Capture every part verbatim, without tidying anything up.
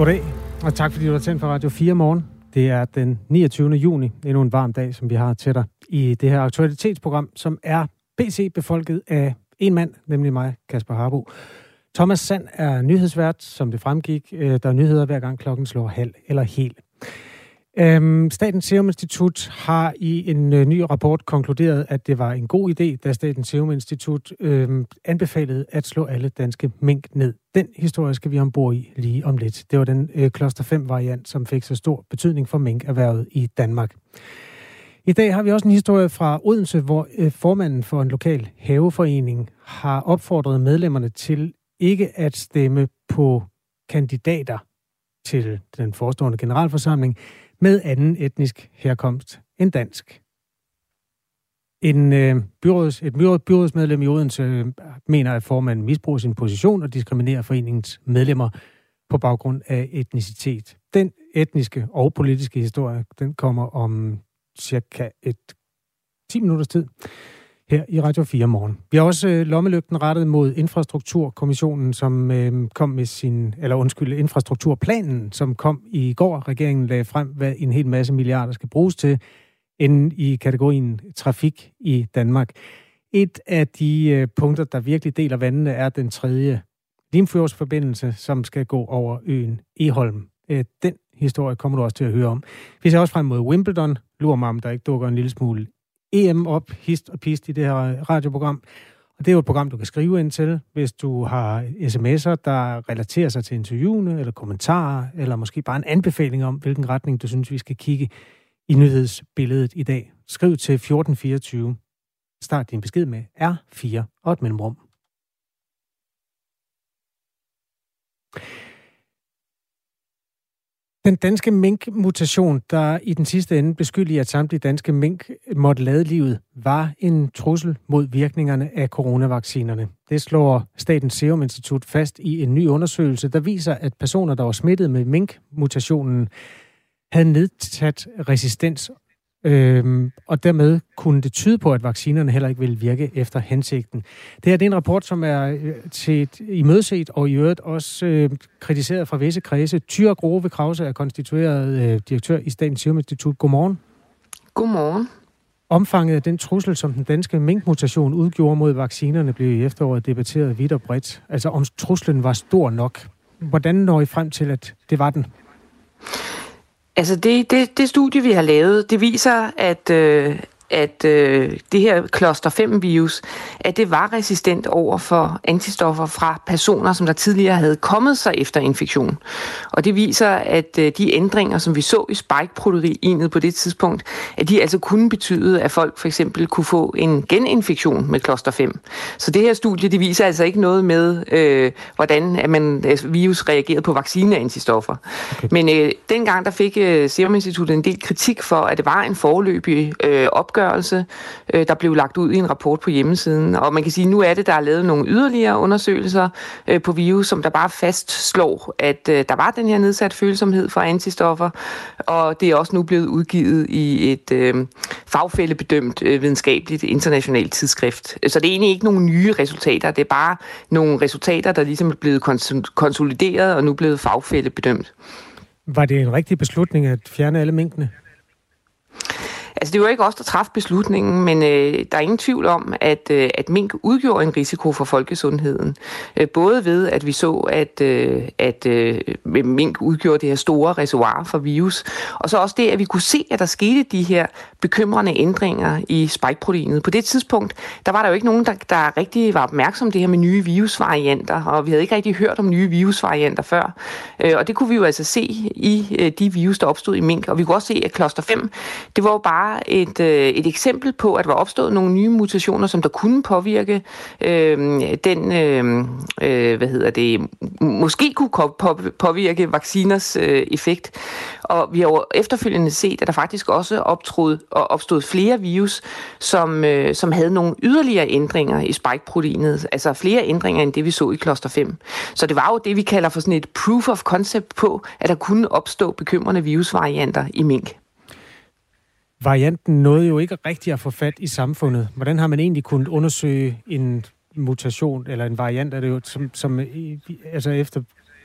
Goddag, og tak fordi du har tændt for Radio fire morgen. Det er den niogtyvende juni, endnu en varm dag, som vi har til dig i det her aktualitetsprogram, som er P C-befolket af en mand, nemlig mig, Kasper Harbo. Thomas Sand er nyhedsvært, som det fremgik. Der er nyheder hver gang klokken slår halv eller hel. Øhm, Statens Serum Institut har i en øh, ny rapport konkluderet, at det var en god idé, da Statens Serum Institut øh, anbefalede at slå alle danske mink ned. Den historie skal vi ombord i lige om lidt. Det var den øh, Cluster fem variant, som fik så stor betydning for minkerhvervet i Danmark. I dag har vi også en historie fra Odense, hvor øh, formanden for en lokal haveforening har opfordret medlemmerne til ikke at stemme på kandidater til den forestående generalforsamling med anden etnisk herkomst end dansk. En, øh, byråds, et byråd, byrådsmedlem i Odense øh, mener, at formanden misbruger sin position og diskriminerer foreningens medlemmer på baggrund af etnicitet. Den etniske og politiske historie, den kommer om cirka et ti minutters tid her i Radio fire morgen. Vi har også øh, lommelygten rettet mod Infrastrukturkommissionen, som øh, kom med sin, eller undskyld, infrastrukturplanen, som kom i går. Regeringen lagde frem, hvad en hel masse milliarder skal bruges til, inden i kategorien trafik i Danmark. Et af de øh, punkter, der virkelig deler vandene, er den tredje Limfjordsforbindelse, som skal gå over øen Egholm. Øh, den historie kommer du også til at høre om. Vi ser også frem mod Wimbledon. Lurer mig, om der ikke dukker en lille smule E M op, hist og pist i det her radioprogram. Og det er jo et program, du kan skrive ind til, hvis du har sms'er, der relaterer sig til interviewene, eller kommentarer, eller måske bare en anbefaling om, hvilken retning du synes, vi skal kigge i nyhedsbilledet i dag. Skriv til fjorten fireogtyve. Start din besked med R fire og et mellemrum. Den danske minkmutation, der i den sidste ende beskyldig, at samtlige danske mink måtte lade livet, var en trussel mod virkningerne af coronavaccinerne. Det slår Statens Serum Institut fast i en ny undersøgelse, der viser, at personer, der var smittet med minkmutationen, havde nedsat resistens, øhm, og dermed kunne det tyde på, at vaccinerne heller ikke ville virke efter hensigten. Det her det er en rapport, som er øh, til imødeset og i øvrigt også øh, kritiseret fra visse kredse. Tyre Grove Krause er konstitueret øh, direktør i Statens Serum Institut. Godmorgen. Godmorgen. Omfanget af den trussel, som den danske minkmutation udgjorde mod vaccinerne, blev i efteråret debatteret vidt og bredt. Altså om truslen var stor nok. Hvordan når I frem til, at det var den? Altså det, det, det studie, vi har lavet, det viser, at, øh, at øh, det her Cluster fem virus, at det var resistent over for antistoffer fra personer, som der tidligere havde kommet sig efter infektion. Og det viser, at øh, de ændringer, som vi så i spike-proteinet på det tidspunkt, at de altså kunne betyde, at folk for eksempel kunne få en geninfektion med Cluster fem. Så det her studie, det viser altså ikke noget med, øh, hvordan at man, altså, virus reagerede på vaccineantistoffer. Okay. Men øh, dengang der fik øh, Serum Instituttet en del kritik for, at det var en foreløbig øh, opgørelse, øh, der blev lagt ud i en rapport på hjemmesiden. Og man kan sige, at nu er det, der er lavet nogle yderligere undersøgelser øh, på virus, som der bare fastslår, at øh, der var den her nedsat følsomhed for antistoffer, og det er også nu blevet udgivet i et øh, fagfællebedømt øh, videnskabeligt internationalt tidsskrift. Så det er egentlig ikke nogle nye resultater, det er bare nogle resultater, der ligesom er blevet konsolideret og nu blevet fagfællebedømt. Var det en rigtig beslutning at fjerne alle minkene? Altså, det var ikke os, der traf beslutningen, men øh, der er ingen tvivl om, at, øh, at mink udgjorde en risiko for folkesundheden. Øh, både ved, at vi så, at, øh, at øh, mink udgjorde det her store reservoir for virus, og så også det, at vi kunne se, at der skete de her bekymrende ændringer i spike-proteinet. På det tidspunkt, der var der jo ikke nogen, der, der rigtig var opmærksom det her med nye virusvarianter, og vi havde ikke rigtig hørt om nye virusvarianter før. Øh, og det kunne vi jo altså se i øh, de virus, der opstod i mink, og vi kunne også se, at Cluster fem, det var jo bare Et, øh, et eksempel på, at der var opstået nogle nye mutationer, som der kunne påvirke øh, den, øh, øh, hvad hedder det, måske kunne påvirke vacciners øh, effekt. Og vi har jo efterfølgende set, at der faktisk også opstod, opstod flere virus, som, øh, som havde nogle yderligere ændringer i spike-proteinet, altså flere ændringer end det, vi så i Cluster fem. Så det var jo det, vi kalder for sådan et proof of concept på, at der kunne opstå bekymrende virusvarianter i mink. Varianten nåede jo ikke rigtig at få fat i samfundet. Hvordan har man egentlig kunnet undersøge en mutation, eller en variant af det jo, som, som altså efter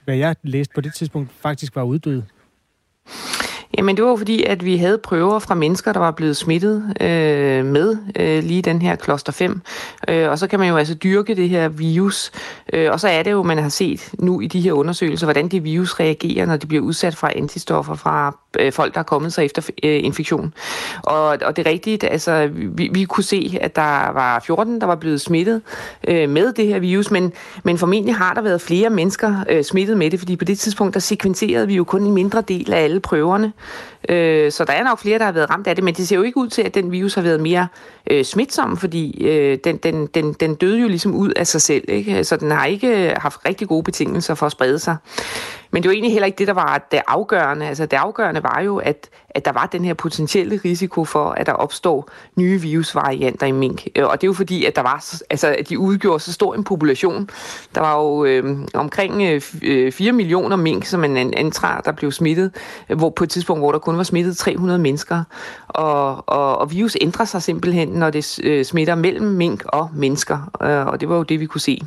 hvad jeg læste på det tidspunkt, faktisk var uddøde? Jamen det var fordi, at vi havde prøver fra mennesker, der var blevet smittet øh, med øh, lige den her kloster fem. Øh, og så kan man jo altså dyrke det her virus. Øh, og så er det jo, man har set nu i de her undersøgelser, hvordan det virus reagerer, når de bliver udsat fra antistoffer fra øh, folk, der er kommet sig efter øh, infektion. Og, og det er rigtigt, altså vi, vi kunne se, at der var fjorten, der var blevet smittet øh, med det her virus, men, men formentlig har der været flere mennesker øh, smittet med det, fordi på det tidspunkt, der sekvenserede vi jo kun en mindre del af alle prøverne. Øh, så der er nok flere, der har været ramt af det, men det ser jo ikke ud til, at den virus har været mere øh, smitsom, fordi øh, den, den, den, den døde jo ligesom ud af sig selv, ikke? Så den har ikke haft rigtig gode betingelser for at sprede sig. Men det var egentlig heller ikke det, der var det afgørende. Altså det afgørende var jo, at, at der var den her potentielle risiko for, at der opstår nye virusvarianter i mink. Og det er jo fordi, at der var, altså at de udgjorde så stor en population. Der var jo øh, omkring øh, fire millioner mink, som man antager, der blev smittet, hvor på et tidspunkt, hvor der kun var smittet tre hundrede mennesker. Og, og, og virus ændrer sig simpelthen, når det øh, smitter mellem mink og mennesker. Og det var jo det, vi kunne se.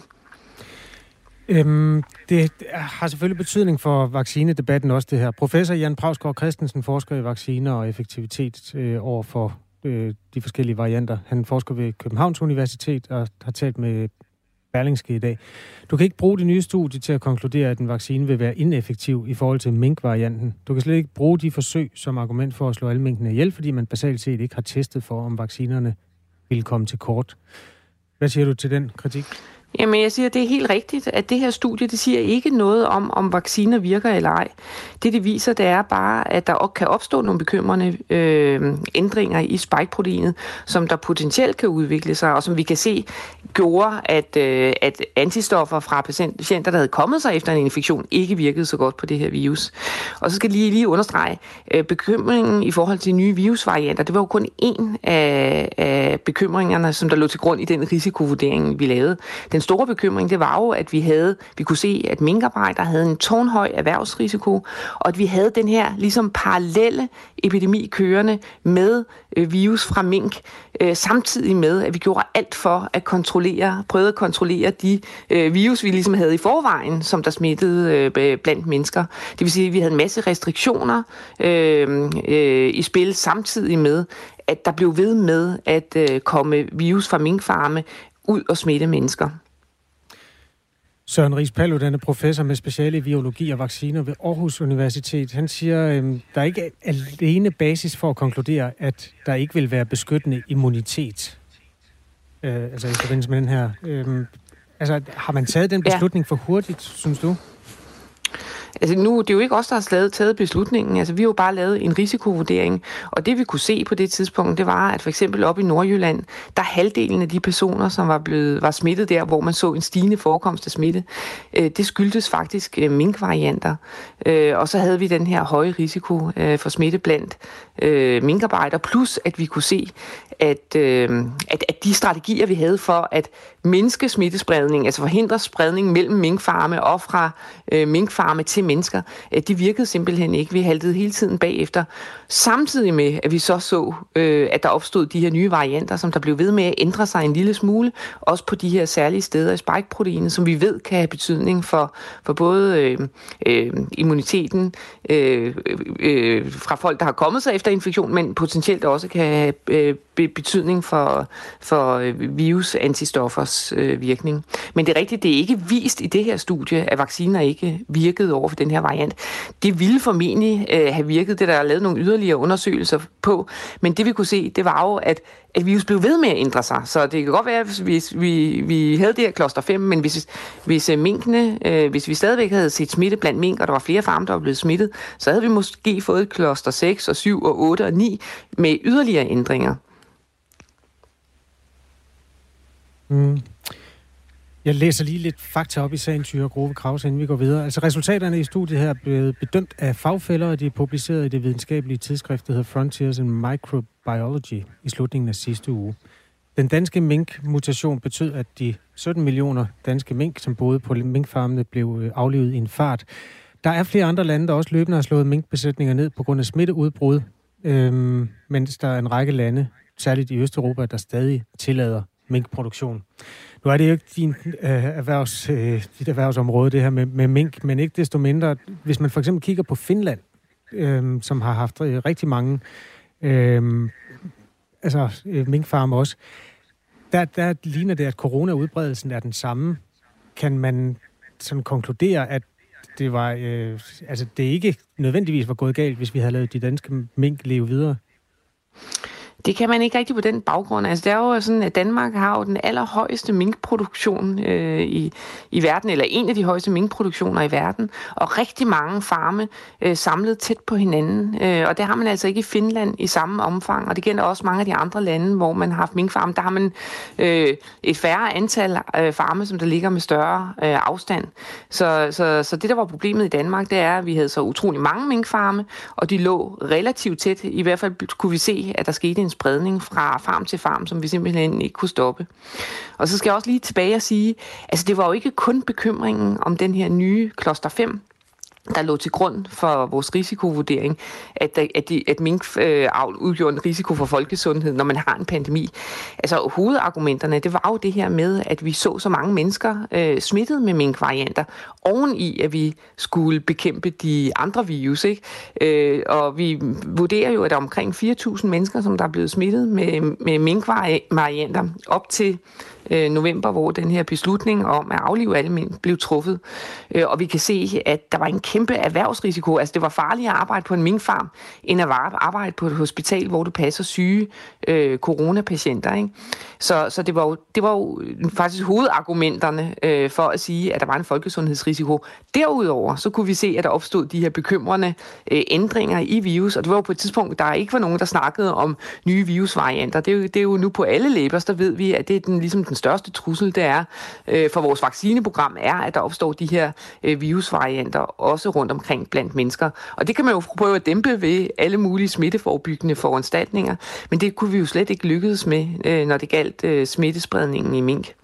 Øhm, det har selvfølgelig betydning for vaccinedebatten også, det her. Professor Jan Prausgaard Christensen forsker i vacciner og effektivitet øh, over for øh, de forskellige varianter. Han forsker ved Københavns Universitet og har talt med Berlingske i dag. Du kan ikke bruge det nye studie til at konkludere, at en vaccine vil være ineffektiv i forhold til mink-varianten. Du kan slet ikke bruge de forsøg som argument for at slå alle minkene ihjel, fordi man basalt set ikke har testet for, om vaccinerne vil komme til kort. Hvad siger du til den kritik? Jamen, jeg siger, at det er helt rigtigt, at det her studie, det siger ikke noget om, om vacciner virker eller ej. Det, det viser, det er bare, at der kan opstå nogle bekymrende øh, ændringer i spike-proteinet, som der potentielt kan udvikle sig, og som vi kan se gjorde, at, øh, at antistoffer fra patienter, der havde kommet sig efter en infektion, ikke virkede så godt på det her virus. Og så skal jeg lige, lige understrege, øh, bekymringen i forhold til nye virusvarianter, det var jo kun en af, af bekymringerne, som der lå til grund i den risikovurdering, vi lavede. Den store bekymring, det var jo, at vi havde, vi kunne se, at minkarbejdere havde en tårnhøj erhvervsrisiko, og at vi havde den her ligesom parallelle epidemi kørende med øh, virus fra mink, øh, samtidig med, at vi gjorde alt for at kontrollere, prøvede at kontrollere de øh, virus, vi ligesom havde i forvejen, som der smittede øh, blandt mennesker. Det vil sige, at vi havde en masse restriktioner øh, øh, i spil, samtidig med, at der blev ved med at øh, komme virus fra minkfarme ud og smitte mennesker. Søren Riis Paludan er professor med speciale i virologi og vacciner ved Aarhus Universitet. Han siger, at øh, der ikke er alene basis for at konkludere, at der ikke vil være beskyttende immunitet. Øh, altså i forbindelse med den her. Øh, altså har man taget den beslutning ja. for hurtigt, synes du? Altså nu, det er jo ikke os, der har taget, taget beslutningen. Altså vi har jo bare lavet en risikovurdering, og det vi kunne se på det tidspunkt, det var, at for eksempel op i Nordjylland, der halvdelen af de personer, som var blevet var smittet der, hvor man så en stigende forekomst af smitte, øh, det skyldtes faktisk øh, minkvarianter. Øh, og så havde vi den her høje risiko øh, for smitte blandt øh, minkarbejdere, plus at vi kunne se, at, øh, at, at de strategier, vi havde for at mindske smittespredning, altså forhindre spredning mellem minkfarme og fra øh, minkfarme til mennesker, øh, de virkede simpelthen ikke. Vi haltede hele tiden bagefter. Samtidig med, at vi så så, øh, at der opstod de her nye varianter, som der blev ved med at ændre sig en lille smule, også på de her særlige steder i spike-proteinet, som vi ved kan have betydning for, for både øh, øh, immuniteten øh, øh, fra folk, der har kommet sig efter infektion, men potentielt også kan have øh, betydning for, for virus-antistoffers øh, virkning. Men det er rigtigt, det er ikke vist i det her studie, at vacciner ikke virkede over for den her variant. Det ville formentlig øh, have virket, det der er lavet nogle yderligere undersøgelser på, men det vi kunne se, det var jo, at, at virus blev ved med at ændre sig. Så det kan godt være, hvis vi, vi havde det her kloster fem, men hvis, hvis minkene, øh, hvis vi stadigvæk havde set smitte blandt mink, og der var flere farme, der var blevet smittet, så havde vi måske fået et kloster seks og syv og otte og ni med yderligere ændringer. Mm. Jeg læser lige lidt fakta op i sagen Thyra Grove Krause, inden vi går videre. Altså resultaterne i studiet her er blevet bedømt af fagfæller, og de er publiceret i det videnskabelige tidsskrift, der hedder Frontiers in Microbiology i slutningen af sidste uge. Den danske minkmutation betød, at de sytten millioner danske mink, som boede på minkfarmene, blev aflivet i en fart. Der er flere andre lande, der også løbende har slået minkbesætninger ned på grund af smitteudbrud, øhm, mens der er en række lande, særligt i Østeuropa, der stadig tillader minkproduktion. Nu er det jo ikke din, øh, erhvervs, øh, dit erhvervsområde, det her med, med mink, men ikke desto mindre. Hvis man for eksempel kigger på Finland, øh, som har haft øh, rigtig mange øh, altså, øh, minkfarme også, der, der ligner det, at corona-udbredelsen er den samme. Kan man sådan konkludere, at det var, øh, altså det ikke nødvendigvis var gået galt, hvis vi havde lavet de danske mink leve videre? Det kan man ikke rigtig på den baggrund. Altså, det er jo sådan, at Danmark har jo den allerhøjeste minkproduktion øh, i, i verden, eller en af de højeste minkproduktioner i verden, og rigtig mange farme øh, samlet tæt på hinanden. Øh, og det har man altså ikke i Finland i samme omfang, og det gælder også mange af de andre lande, hvor man har haft minkfarme. Der har man øh, et færre antal øh, farme, som der ligger med større øh, afstand. Så, så, så det, der var problemet i Danmark, det er, at vi havde så utrolig mange minkfarme, og de lå relativt tæt. I hvert fald kunne vi se, at der skete en spredning fra farm til farm, som vi simpelthen ikke kunne stoppe. Og så skal jeg også lige tilbage og sige, altså det var jo ikke kun bekymringen om den her nye kloster fem, der lå til grund for vores risikovurdering, at, at, de, at minkavl udgjorde en risiko for folkesundheden, når man har en pandemi. Altså hovedargumenterne, det var jo det her med, at vi så så mange mennesker øh, smittet med minkvarianter, oven i, at vi skulle bekæmpe de andre virus. Ikke? Øh, og vi vurderer jo, at der er omkring fire tusind mennesker, som der er blevet smittet med, med minkvarianter op til øh, november, hvor den her beslutning om at aflive alle mink blev truffet. Øh, og vi kan se, at der var en kæmpe erhvervsrisiko. Altså det var farligt at arbejde på en minkfarm, end at arbejde på et hospital, hvor du passer syge øh, coronapatienter. Ikke? Så, så det, var jo, det var jo faktisk hovedargumenterne øh, for at sige, at der var en folkesundhedsrisiko. Derudover så kunne vi se, at der opstod de her bekymrende øh, ændringer i virus, og det var jo på et tidspunkt, der ikke var nogen, der snakkede om nye virusvarianter. Det er jo, det er jo nu på alle læber, der ved vi, at det er den, ligesom den største trussel, det er øh, for vores vaccineprogram, er, at der opstår de her øh, virusvarianter også rundt omkring blandt mennesker. Og det kan man jo prøve at dæmpe ved alle mulige smitteforebyggende foranstaltninger, men det kunne vi jo slet ikke lykkedes med, øh, når det galt øh, smittespredningen i mink.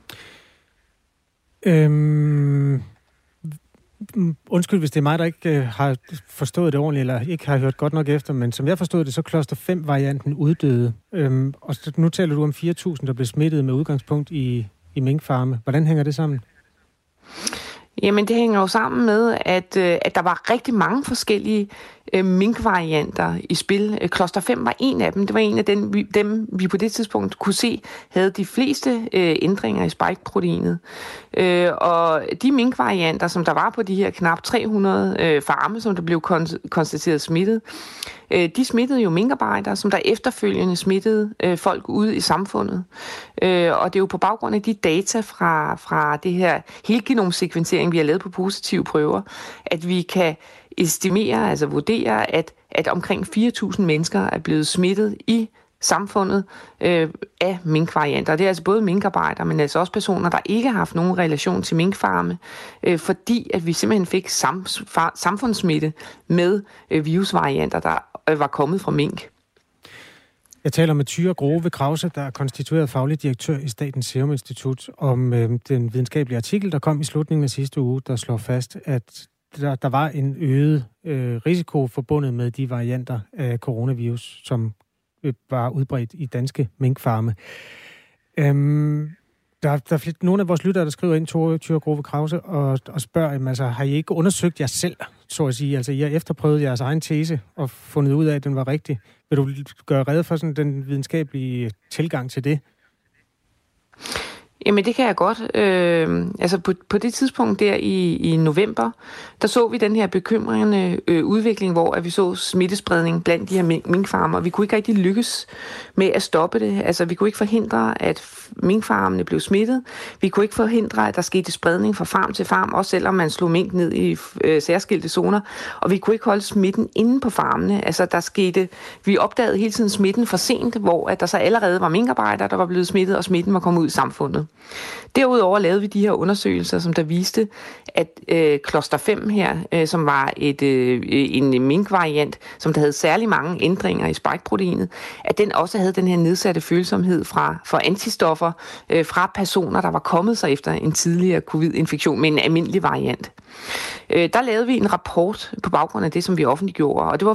Øhm, undskyld, hvis det er mig, der ikke øh, har forstået det ordentligt, eller ikke har hørt godt nok efter, men som jeg forstod det, så kloster fem-varianten uddøde. Øhm, og nu taler du om fire tusind, der blev smittet med udgangspunkt i, i minkfarme. Hvordan hænger det sammen? Jamen, det hænger jo sammen med, at, at der var rigtig mange forskellige øh, minkvarianter i spil. Kloster fem var en af dem. Det var en af dem, vi, dem, vi på det tidspunkt kunne se, havde de fleste øh, ændringer i spike-proteinet. Øh, og de minkvarianter, som der var på de her knap tre hundrede øh, farme, som der blev kon- konstateret smittet, øh, de smittede jo minkarbejdere, som der efterfølgende smittede øh, folk ude i samfundet. Øh, og det er jo på baggrund af de data fra, fra det her helgenomsekventering, vi har lavet på positive prøver, at vi kan estimere, altså vurdere, at, at omkring fire tusind mennesker er blevet smittet i samfundet øh, af minkvarianter. Det er altså både minkarbejdere, men altså også personer, der ikke har haft nogen relation til minkfarme, øh, fordi at vi simpelthen fik sam, samfundssmitte med øh, virusvarianter, der øh, var kommet fra mink. Jeg taler med Thyra Grove Krause, der er konstitueret faglig direktør i Statens Serum Institut, om øh, den videnskabelige artikel, der kom i slutningen af sidste uge, der slår fast, at der, der var en øget øh, risiko forbundet med de varianter af coronavirus, som øh, var udbredt i danske minkfarme. Øhm, der, der er nogle af vores lyttere, der skriver ind, Thyra Grove Krause, og, og spørger, jamen, altså, har I ikke undersøgt jer selv, så at sige? Altså, I har efterprøvet jeres egen tese og fundet ud af, at den var rigtig. Vil du gøre rede for sådan den videnskabelige tilgang til det? Jamen det kan jeg godt. Øh, altså på, på det tidspunkt der i, i november, der så vi den her bekymrende øh, udvikling, hvor at vi så smittespredning blandt de her mink- minkfarmer. Vi kunne ikke rigtig lykkes med at stoppe det. Altså vi kunne ikke forhindre, at minkfarmene blev smittet. Vi kunne ikke forhindre, at der skete spredning fra farm til farm, også selvom man slog mink ned i øh, særskilte zoner. Og vi kunne ikke holde smitten inde på farmene. Altså der skete, vi opdagede hele tiden smitten for sent, hvor at der så allerede var minkarbejdere, der var blevet smittet, og smitten var kommet ud i samfundet. Derudover lavede vi de her undersøgelser, som der viste, at øh, kloster fem her, øh, som var et, øh, en minkvariant, som der havde særlig mange ændringer i spike-proteinet, at den også havde den her nedsatte følsomhed fra, for antistoffer øh, fra personer, der var kommet sig efter en tidligere covid-infektion med en almindelig variant. Øh, der lavede vi en rapport på baggrund af det, som vi offentliggjorde, og det var fordi,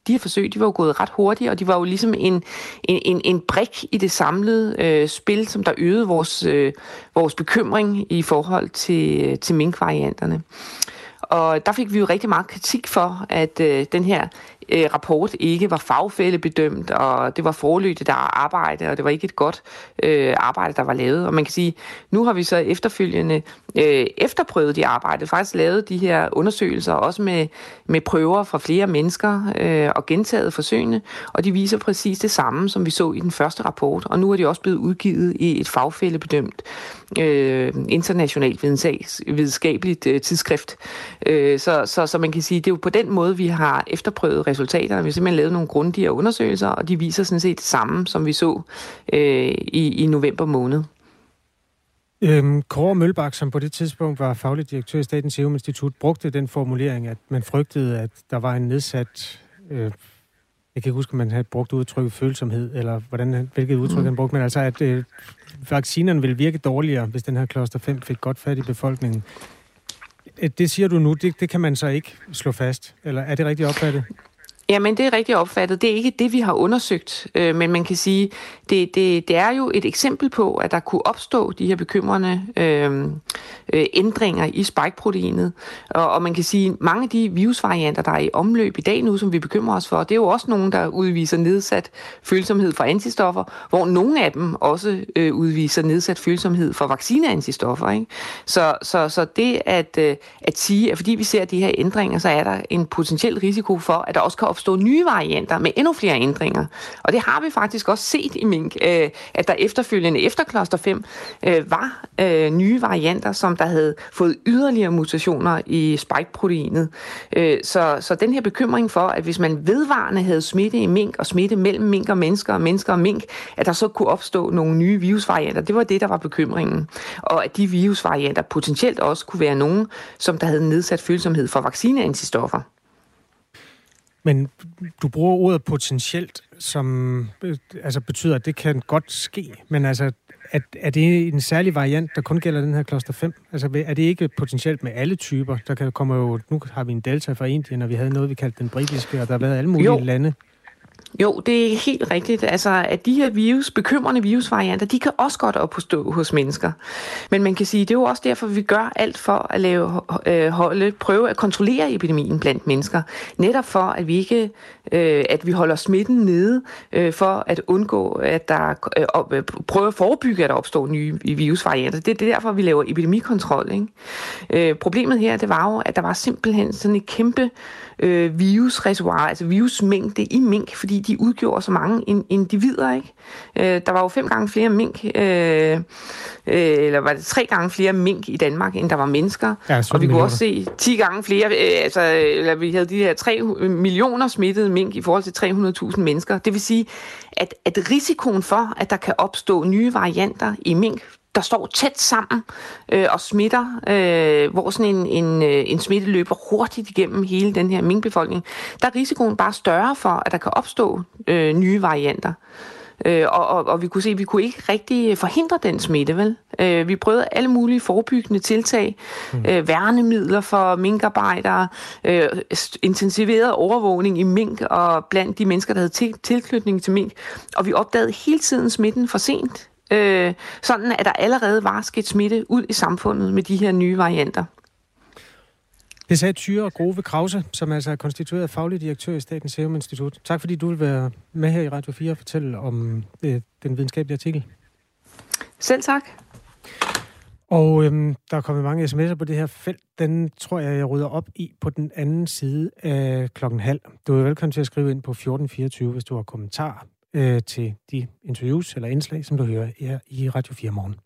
de her forsøg, de var jo gået ret hurtigt, og de var jo ligesom en, en, en, en brik i det samlede øh, spil, som der øgede vores, øh, vores bekymring i forhold til, til minkvarianterne. Og der fik vi jo rigtig meget kritik for, at øh, den her øh, rapport ikke var fagfællebedømt, og det var foreløbigt der arbejde, og det var ikke et godt øh, arbejde, der var lavet. Og man kan sige, nu har vi så efterfølgende øh, efterprøvet de arbejde, faktisk lavet de her undersøgelser, også med, med prøver fra flere mennesker øh, og gentaget forsøgene, og de viser præcis det samme, som vi så i den første rapport. Og nu er de også blevet udgivet i et fagfællebedømt øh, internationalt videnskabeligt øh, tidsskrift. Øh, så, så, så man kan sige, det er jo på den måde, vi har efterprøvet resultaterne. Vi har simpelthen lavet nogle grundigere undersøgelser, og de viser sådan set det samme, som vi så øh, i, i november måned. Øhm, Kåre Mølbak, som på det tidspunkt var faglig direktør i Statens Serum Institut, brugte den formulering, at man frygtede, at der var en nedsat... Øh, jeg kan ikke huske, om man havde brugt udtrykket følsomhed, eller hvordan, hvilket udtryk mm. han brugte, men altså, at øh, vaccinerne ville virke dårligere, hvis den her kloster fem fik godt fat i befolkningen. Det siger du nu, det, det kan man så ikke slå fast, eller er det rigtigt opfattet? Jamen, det er rigtigt opfattet. Det er ikke det, vi har undersøgt, øh, men man kan sige, det, det, det er jo et eksempel på, at der kunne opstå de her bekymrende øh, øh, ændringer i spike-proteinet. Og, og man kan sige, mange af de virusvarianter, der er i omløb i dag nu, som vi bekymrer os for, det er jo også nogen, der udviser nedsat følsomhed for antistoffer, hvor nogle af dem også øh, udviser nedsat følsomhed for vaccineantistoffer. Ikke? Så, så, så det at, øh, at sige, at fordi vi ser de her ændringer, så er der en potentiel risiko for, at der også kan opstå nye varianter med endnu flere ændringer. Og det har vi faktisk også set i mink, øh, at der efterfølgende efter kloster fem øh, var øh, nye varianter, som der havde fået yderligere mutationer i spike-proteinet. Øh, så, så den her bekymring for, at hvis man vedvarende havde smitte i mink og smitte mellem mink og mennesker og mennesker og mink, at der så kunne opstå nogle nye virusvarianter, det var det, der var bekymringen. Og at de virusvarianter potentielt også kunne være nogen, som der havde nedsat følsomhed for vaccineantistoffer. Men du bruger ordet potentielt, som øh, altså betyder, at det kan godt ske. Men altså, er, er det en særlig variant, der kun gælder den her kloster fem? Altså, er det ikke potentielt med alle typer? Der kan komme jo, nu har vi en delta fra Indien, og vi havde noget, vi kaldte den britiske, og der har været alle mulige jo. lande. Jo, det er helt rigtigt. Altså, at de her virus, bekymrende virusvarianter, de kan også godt opstå hos mennesker. Men man kan sige, det er jo også derfor, vi gør alt for at lave, øh, holde, prøve at kontrollere epidemien blandt mennesker. Netop for, at vi ikke, øh, at vi holder smitten nede, øh, for at undgå, at der øh, prøve at forebygge, at der opstår nye virusvarianter. Det, det er derfor, vi laver epidemikontrol. Ikke? Øh, problemet her, det var jo, at der var simpelthen sådan et kæmpe øh, virusreservoir, altså virusmængde i mink, fordi de udgjorde så mange individer, ikke? Øh, der var jo fem gange flere mink, øh, øh, eller var det tre gange flere mink i Danmark, end der var mennesker. Ja, og vi kunne også se ti gange flere, øh, altså, eller vi havde de her tre millioner smittede mink i forhold til tre hundrede tusind mennesker. Det vil sige, at, at risikoen for, at der kan opstå nye varianter i mink, der står tæt sammen øh, og smitter, øh, hvor sådan en, en, en smitte løber hurtigt igennem hele den her minkbefolkning, der er risikoen bare større for, at der kan opstå øh, nye varianter. Øh, og, og, og vi kunne se, at vi kunne ikke rigtig forhindre den smitte, vel? Øh, vi prøvede alle mulige forebyggende tiltag, mm. øh, værnemidler for minkarbejdere, øh, intensiveret overvågning i mink og blandt de mennesker, der havde til, tilknytning til mink, og vi opdagede hele tiden smitten for sent. Øh, sådan at der allerede var sket smitte ud i samfundet med de her nye varianter. Det sagde Thyre Grove Krause, som altså er konstitueret faglig direktør i Statens Serum Institut. Tak fordi du vil være med her i Radio fire og fortælle om øh, den videnskabelige artikel. Selv tak. Og øhm, der er kommet mange sms'er på det her felt. Den tror jeg, jeg rydder op i på den anden side af klokken halv. Du er velkommen til at skrive ind på fjorten fireogtyve, hvis du har kommentarer øh, til de interviews eller indslag, som du hører her i Radio fire morgen.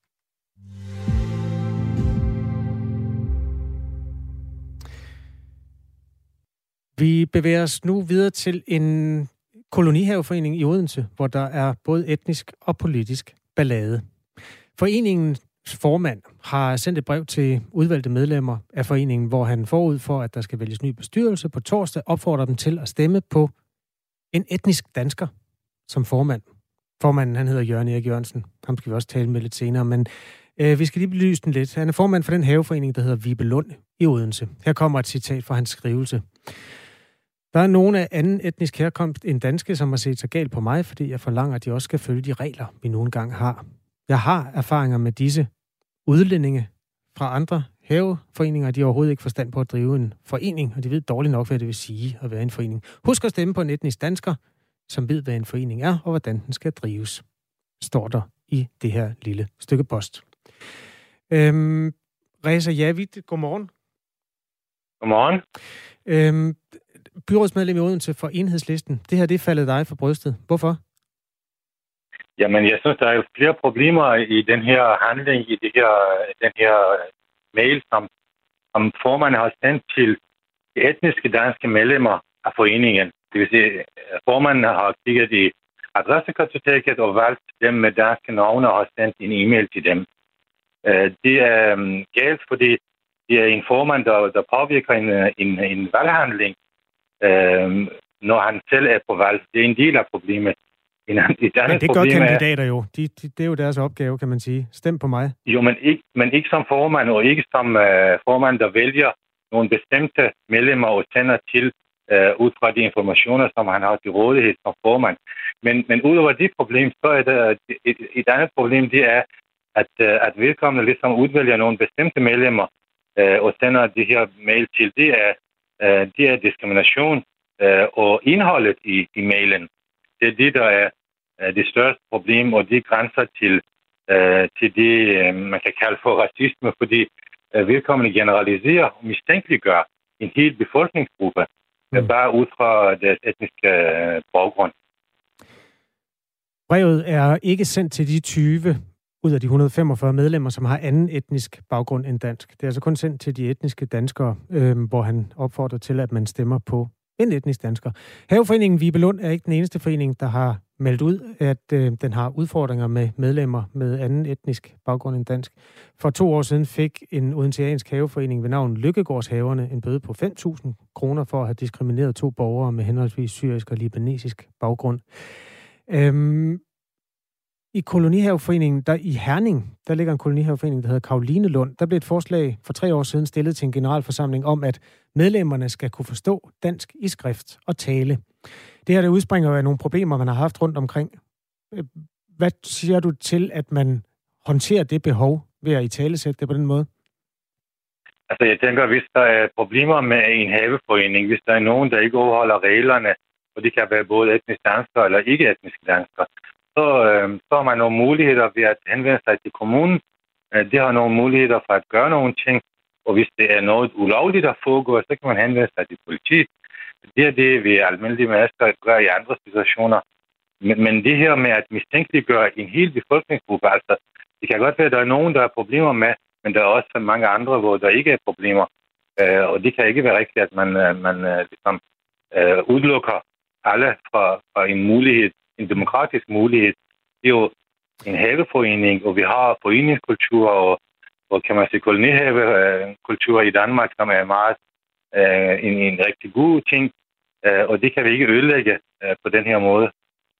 Vi bevæger os nu videre til en kolonihaveforening i Odense, hvor der er både etnisk og politisk ballade. Foreningens formand har sendt et brev til udvalgte medlemmer af foreningen, hvor han forud for, at der skal vælges ny bestyrelse på torsdag, opfordrer dem til at stemme på en etnisk dansker som formand. Formanden, han hedder Jørgen Erik Jørgensen. Ham skal vi også tale med lidt senere, men øh, vi skal lige belyse den lidt. Han er formand for den haveforening, der hedder Vibelund i Odense. Her kommer et citat fra hans skrivelse. Der er nogen af anden etnisk herkomst end danske, som har set sig galt på mig, fordi jeg forlanger, at de også skal følge de regler, vi nogle gange har. Jeg har erfaringer med disse udlændinge fra andre haveforeninger. De har overhovedet ikke forstand på at drive en forening, og de ved dårligt nok, hvad det vil sige at være en forening. Husk at stemme på en etnisk dansker, som ved, hvad en forening er, og hvordan den skal drives, står der i det her lille stykke post. Øhm, Reza Javid, godmorgen. Godmorgen. Øhm, byrådsmedlem i Odense for Enhedslisten. Det her, det er faldet dig for brystet. Hvorfor? Jamen, jeg synes, der er flere problemer i den her handling, i det her, den her mail, som, som formanden har sendt til de etniske danske medlemmer af foreningen. Det vil sige, formanden har kigget i adressekartoteket og valgt dem med danske navne og har sendt en e-mail til dem. Det er galt, fordi det er en formand, der, der påvirker en, en, en valghandling, når han selv er på valg. Det er en del af problemet. En, et men det gør kandidater jo. De, de, det er jo deres opgave, kan man sige. Stem på mig. Jo, men ikke, men ikke som formand, og ikke som uh, formand, der vælger nogle bestemte medlemmer og sender til, uh, ud fra de informationer, som han har til rådighed som formand. Men, men udover det problem, så er der et, et, et andet problem, det er, at, uh, at vedkommende ligesom udvælger nogle bestemte medlemmer uh, og sender de her mail til. Det er, uh, det er diskrimination, uh, og indholdet i, i mailen. Det er det, der er det største problem, og det grænser til, øh, til det, øh, man kan kalde for racisme, fordi øh, vedkommende generaliserer og mistænkeliggør en hel befolkningsgruppe, mm. bare ud fra deres etniske øh, baggrund. Brevet er ikke sendt til de tyve ud af de et hundrede og femogfyrre medlemmer, som har anden etnisk baggrund end dansk. Det er altså kun sendt til de etniske danskere, øh, hvor han opfordrer til, at man stemmer på en etnisk dansker. Haveforeningen Vibelund er ikke den eneste forening, der har meldt ud, at øh, den har udfordringer med medlemmer med anden etnisk baggrund end dansk. For to år siden fik en odenseansk haveforening ved navn Lykkegårdshaverne en bøde på fem tusind kroner for at have diskrimineret to borgere med henholdsvis syrisk og libanesisk baggrund. Øhm, I kolonihaveforeningen, der i Herning, der ligger en kolonihaveforening, der hedder Karolinelund, der blev et forslag for tre år siden stillet til en generalforsamling om, at medlemmerne skal kunne forstå dansk i skrift og tale. Det her, det udspringer af nogle problemer, man har haft rundt omkring. Hvad siger du til, at man håndterer det behov ved at italesætte det på den måde? Altså, jeg tænker, hvis der er problemer med en haveforening, hvis der er nogen, der ikke overholder reglerne, og det kan være både etnisk danskere eller ikke etnisk danskere, så, øh, så har man nogle muligheder ved at henvende sig til kommunen. De har nogle muligheder for at gøre nogle ting, og hvis det er noget ulovligt at foregå, så kan man henvende sig til politiet. Det er det, vi almindelige mennesker gør i andre situationer. Men, men det her med at mistænkeliggøre en hel befolkningsgruppe, altså, det kan godt være, at der er nogen, der er problemer med, men der er også mange andre, hvor der ikke er problemer. Uh, og det kan ikke være rigtigt, at man, uh, man uh, ligesom, uh, udelukker alle fra, fra en mulighed, en demokratisk mulighed. Det er jo en haveforening, og vi har foreningskultur, og, og kan man sige kolonihavekultur i Danmark, som er meget uh, en, en rigtig god ting, uh, og det kan vi ikke ødelægge uh, på den her måde.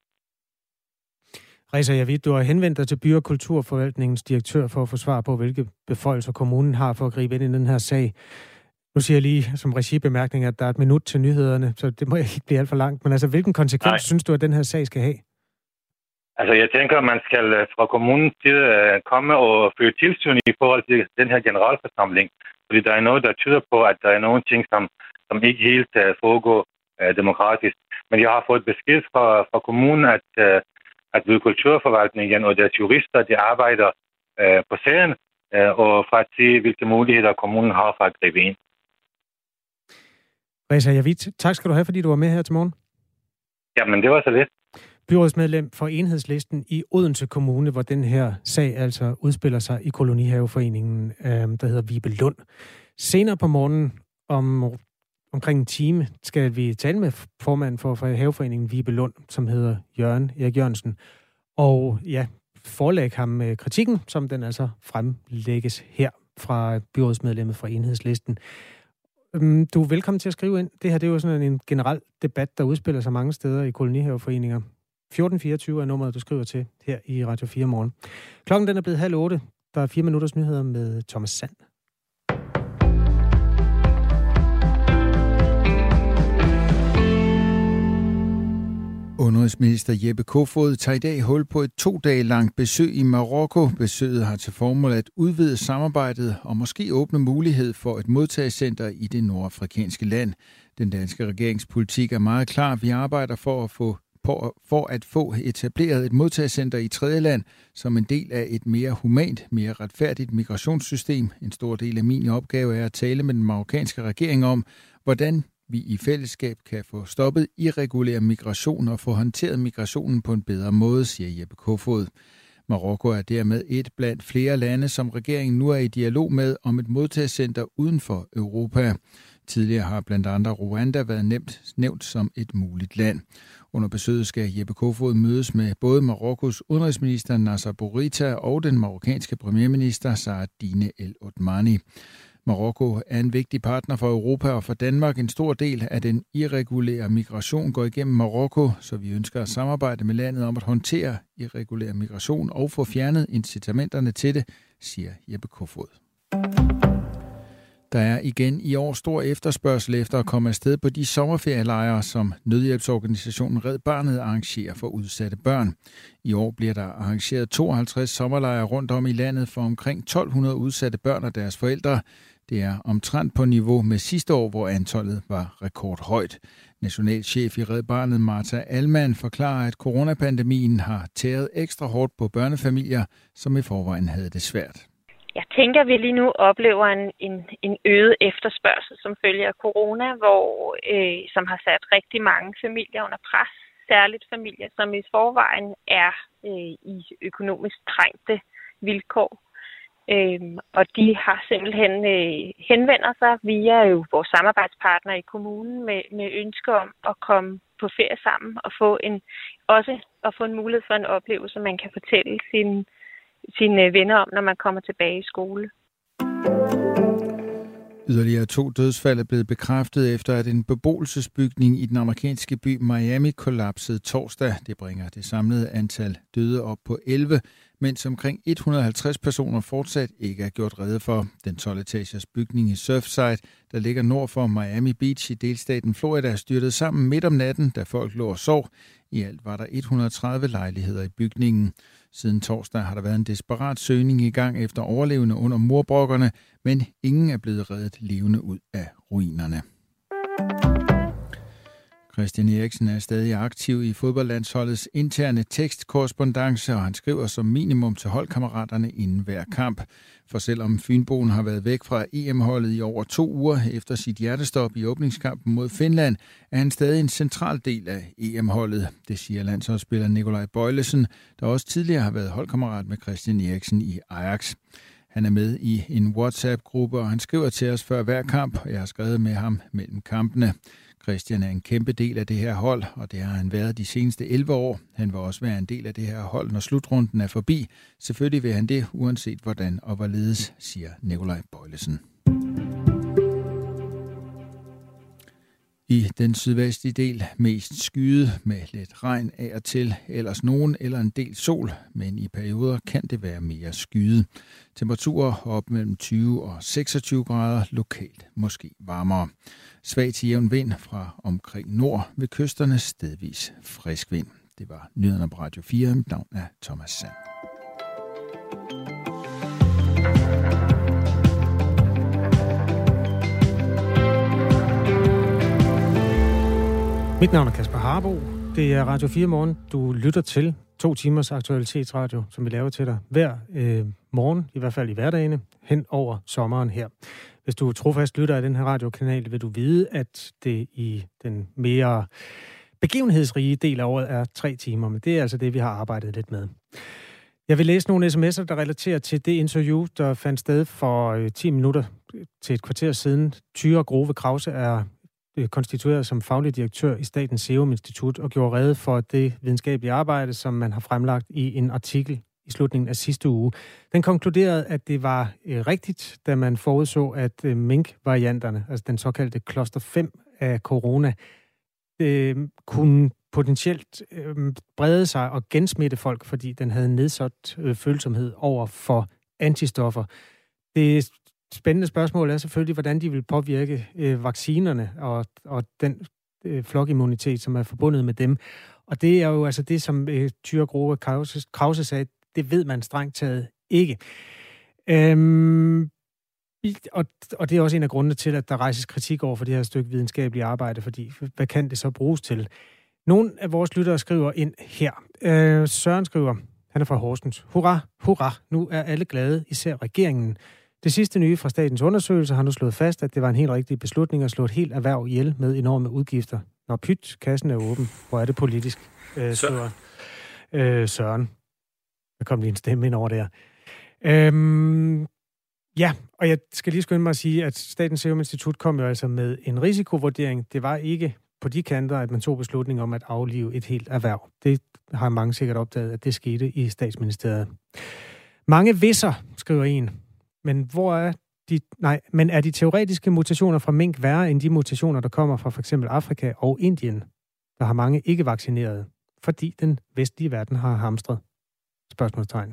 Reza Javid, du har henvendt dig til By- og Kulturforvaltningens direktør for at få svar på, hvilke beføjelser kommunen har for at gribe ind i den her sag. Nu siger jeg lige som regibemærkning, at der er et minut til nyhederne, så det må ikke blive alt for langt. Men altså, hvilken konsekvens Nej. synes du, at den her sag skal have? Altså, jeg tænker, at man skal fra kommunens side komme og føre tilsyn i forhold til den her generalforsamling. Fordi der er noget, der tyder på, at der er nogle ting, som, som ikke helt uh, foregår uh, demokratisk. Men jeg har fået besked fra, fra kommunen, at uh, at By- og Kulturforvaltningen og deres jurister, de arbejder øh, på sagen, øh, og for at se, hvilke muligheder kommunen har for at gribe ind. Reza Javid, tak skal du have, fordi du var med her til morgen. Jamen, det var så lidt. Byrådsmedlem for Enhedslisten i Odense Kommune, hvor den her sag altså udspiller sig i kolonihaveforeningen, øh, der hedder Vibelund. Senere på morgenen om omkring en time skal vi tale med formanden for haveforeningen Vibelund, som hedder Jørgen Erik Jørgensen, og ja, forelægge ham med kritikken, som den altså fremlægges her fra byrådsmedlemmet fra Enhedslisten. Du er velkommen til at skrive ind. Det her det er jo sådan en generel debat, der udspiller sig mange steder i kolonihaveforeninger. fjorten fireogtyve er nummeret, du skriver til her i Radio fire morgen. Klokken den er blevet halv otte. Der er fire minutters nyheder med Thomas Sand. udenrigsminister Jeppe Kofod tager i dag hul på et to dage langt besøg i Marokko. Besøget har til formål at udvide samarbejdet og måske åbne mulighed for et modtagecenter i det nordafrikanske land. Den danske regeringspolitik er meget klar. Vi arbejder for at få for at få etableret et modtagecenter i tredjeland som en del af et mere humant, mere retfærdigt migrationssystem. En stor del af min opgave er at tale med den marokkanske regering om, hvordan vi i fællesskab kan få stoppet irregulær migration og få håndteret migrationen på en bedre måde, siger Jeppe Kofod. Marokko er dermed et blandt flere lande, som regeringen nu er i dialog med om et modtagecenter uden for Europa. Tidligere har blandt andre Rwanda været nemt, nævnt som et muligt land. Under besøget skal Jeppe Kofod mødes med både Marokkos udenrigsminister Nasser Bourita og den marokkanske premierminister Saadine El Othmani. Marokko er en vigtig partner for Europa og for Danmark. En stor del af den irregulære migration går igennem Marokko, så vi ønsker at samarbejde med landet om at håndtere irregulær migration og få fjernet incitamenterne til det, siger Jeppe Kofod. Der er igen i år stor efterspørgsel efter at komme afsted på de sommerferielejre, som nødhjælpsorganisationen Red Barnet arrangerer for udsatte børn. I år bliver der arrangeret tooghalvtreds sommerlejre rundt om i landet for omkring tolv hundrede udsatte børn og deres forældre. Det er omtrent på niveau med sidste år, hvor antallet var rekordhøjt. Nationalchef i Red Barnet, Martha Alman, forklarer, at coronapandemien har tæret ekstra hårdt på børnefamilier, som i forvejen havde det svært. Jeg tænker, at vi lige nu oplever en, en, en øget efterspørgsel som følge af corona, hvor, øh, som har sat rigtig mange familier under pres. Særligt familier, som i forvejen er øh, i økonomisk trængte vilkår. Øh, og de har simpelthen øh, henvendt sig via jo vores samarbejdspartnere i kommunen med, med ønsker om at komme på ferie sammen og få en, også at få en mulighed for en oplevelse, man kan fortælle sin sine venner om, når man kommer tilbage i skole. Yderligere to dødsfald er blevet bekræftet efter, at en beboelsesbygning i den amerikanske by Miami kollapsede torsdag. Det bringer det samlede antal døde op på elleve, mens omkring et hundrede og halvtreds personer fortsat ikke er gjort rede for. Den tolv-etagers bygning i Surfside, der ligger nord for Miami Beach i delstaten Florida, styrtede sammen midt om natten, da folk lå og sov. I alt var der et hundrede og tredive lejligheder i bygningen. Siden torsdag har der været en desperat søgning i gang efter overlevende under murbrokkerne, men ingen er blevet reddet levende ud af ruinerne. Christian Eriksen er stadig aktiv i fodboldlandsholdets interne tekstkorrespondance, og han skriver som minimum til holdkammeraterne inden hver kamp. For selvom Fynboen har været væk fra E M-holdet i over to uger efter sit hjertestop i åbningskampen mod Finland, er han stadig en central del af E M-holdet. Det siger landsholdsspiller Nikolaj Bøjlesen, der også tidligere har været holdkammerat med Christian Eriksen i Ajax. Han er med i en WhatsApp-gruppe, og han skriver til os før hver kamp, og jeg har skrevet med ham mellem kampene. Christian er en kæmpe del af det her hold, og det har han været de seneste elleve år. Han vil også være en del af det her hold, når slutrunden er forbi. Selvfølgelig vil han det, uanset hvordan og hvorledes, siger Nikolaj Bøjlesen. I den sydvestlige del mest skyet med lidt regn af og til, ellers nogen eller en del sol, men i perioder kan det være mere skyet. Temperaturer op mellem tyve og seksogtyve grader, lokalt måske varmere. Svag til jævn vind fra omkring nord, ved kysterne stedvis frisk vind. Det var nyhederne på Radio fire. Mit navn er Thomas Sand. Mit navn er Kasper Harbo. Det er Radio fire Morgen. Du lytter til to timers aktualitetsradio, som vi laver til dig hver øh, morgen, i hvert fald i hverdagene, hen over sommeren her. Hvis du er trofast lytter af den her radiokanal, vil du vide, at det i den mere begivenhedsrige del af året er tre timer, men det er altså det, vi har arbejdet lidt med. Jeg vil læse nogle sms'er, der relaterer til det interview, der fandt sted for øh, ti minutter til et kvarter siden. Tyre Grove Krause er konstitueret som faglig direktør i Statens Serum Institut og gjorde rede for det videnskabelige arbejde, som man har fremlagt i en artikel i slutningen af sidste uge. Den konkluderede, at det var øh, rigtigt, da man forudså, at øh, mink-varianterne, altså den såkaldte cluster fem af corona, øh, kunne potentielt øh, brede sig og gensmitte folk, fordi den havde nedsat øh, følsomhed over for antistoffer. Det spændende spørgsmål er selvfølgelig, hvordan de vil påvirke øh, vaccinerne og, og den øh, flokimmunitet, som er forbundet med dem. Og det er jo altså det, som øh, Tyre Grove Krause, Krause sagde, det ved man strengt taget ikke. Øhm, og, og det er også en af grundene til, at der rejses kritik over for det her stykke videnskabelige arbejde, fordi hvad kan det så bruges til? Nogle af vores lyttere skriver ind her. Øh, Søren skriver, han er fra Horsens. Hurra, hurra, nu er alle glade, især regeringen. Det sidste nye fra statens undersøgelse har nu slået fast, at det var en helt rigtig beslutning at slå et helt erhverv ihjel med enorme udgifter. Når pyt, kassen er åben. Hvor er det politisk, øh, skriver øh, Søren. Der kom lige en stemme ind over der. Øhm, ja, og jeg skal lige skynde mig at sige, at Statens Serum Institut kom jo altså med en risikovurdering. Det var ikke på de kanter, at man tog beslutning om at aflive et helt erhverv. Det har mange sikkert opdaget, at det skete i Statsministeriet. Mange visser, skriver en. Men hvor er de, nej, men er de teoretiske mutationer fra mink værre end de mutationer, der kommer fra f.eks. Afrika og Indien, der har mange ikke vaccinerede, fordi den vestlige verden har hamstret? Spørgsmålstegn.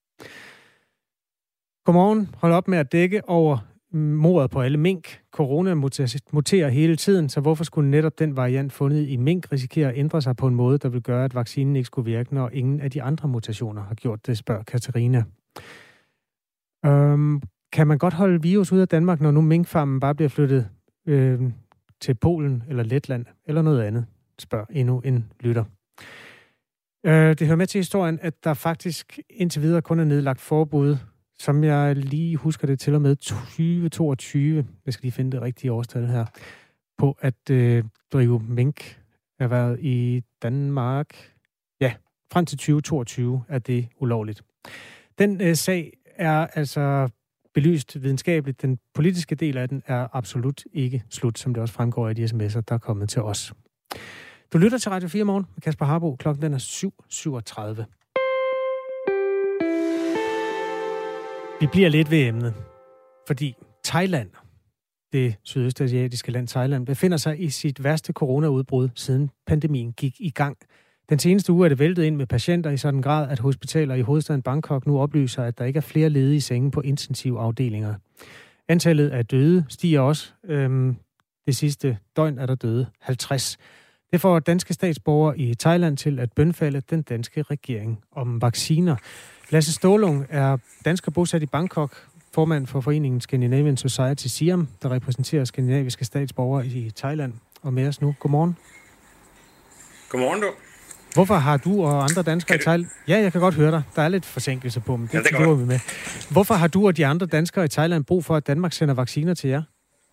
Godmorgen. Hold op med at dække over mordet på alle mink. Corona muterer hele tiden, så hvorfor skulle netop den variant fundet i mink risikere at ændre sig på en måde, der vil gøre, at vaccinen ikke skulle virke, når ingen af de andre mutationer har gjort det, spørger Katarina. Øhm, kan man godt holde virus ud af Danmark, når nu minkfarmen bare bliver flyttet øh, til Polen eller Letland eller noget andet, spørger endnu en lytter. Øh, det hører med til historien, at der faktisk indtil videre kun er nedlagt forbud, som jeg lige husker det til og med tyve toogtyve, jeg skal lige finde det rigtige årstal her, på at øh, drive minkerhvervet i Danmark. Ja, frem til tyve toogtyve er det ulovligt. Den øh, sag er altså belyst videnskabeligt. Den politiske del af den er absolut ikke slut, som det også fremgår af de sms'er, der er kommet til os. Du lytter til Radio fire Morgen med Kasper Harbo. Klokken den er syv syvogtredive. Vi bliver lidt ved emnet, fordi Thailand, det sydøstasiatiske land Thailand, befinder sig i sit værste coronaudbrud, siden pandemien gik i gang. Den seneste uge er det væltet ind med patienter i sådan en grad, at hospitaler i hovedstaden Bangkok nu oplyser, at der ikke er flere ledige senge på intensivafdelinger. Antallet af døde stiger også. Øhm, det sidste døgn er der døde halvtreds. Det får danske statsborgere i Thailand til at bønfalde den danske regering om vacciner. Lasse Stålung er dansker bosat i Bangkok, formand for foreningen Scandinavian Society Siam, der repræsenterer skandinaviske statsborgere i Thailand. Og med os nu. Godmorgen. Godmorgen, du. Hvorfor har du og andre danskere i Thailand... Ja, jeg kan godt høre dig. Der er lidt forsinkelse på, men det, ja, det går vi med. Hvorfor har du og de andre danskere i Thailand brug for, at Danmark sender vacciner til jer?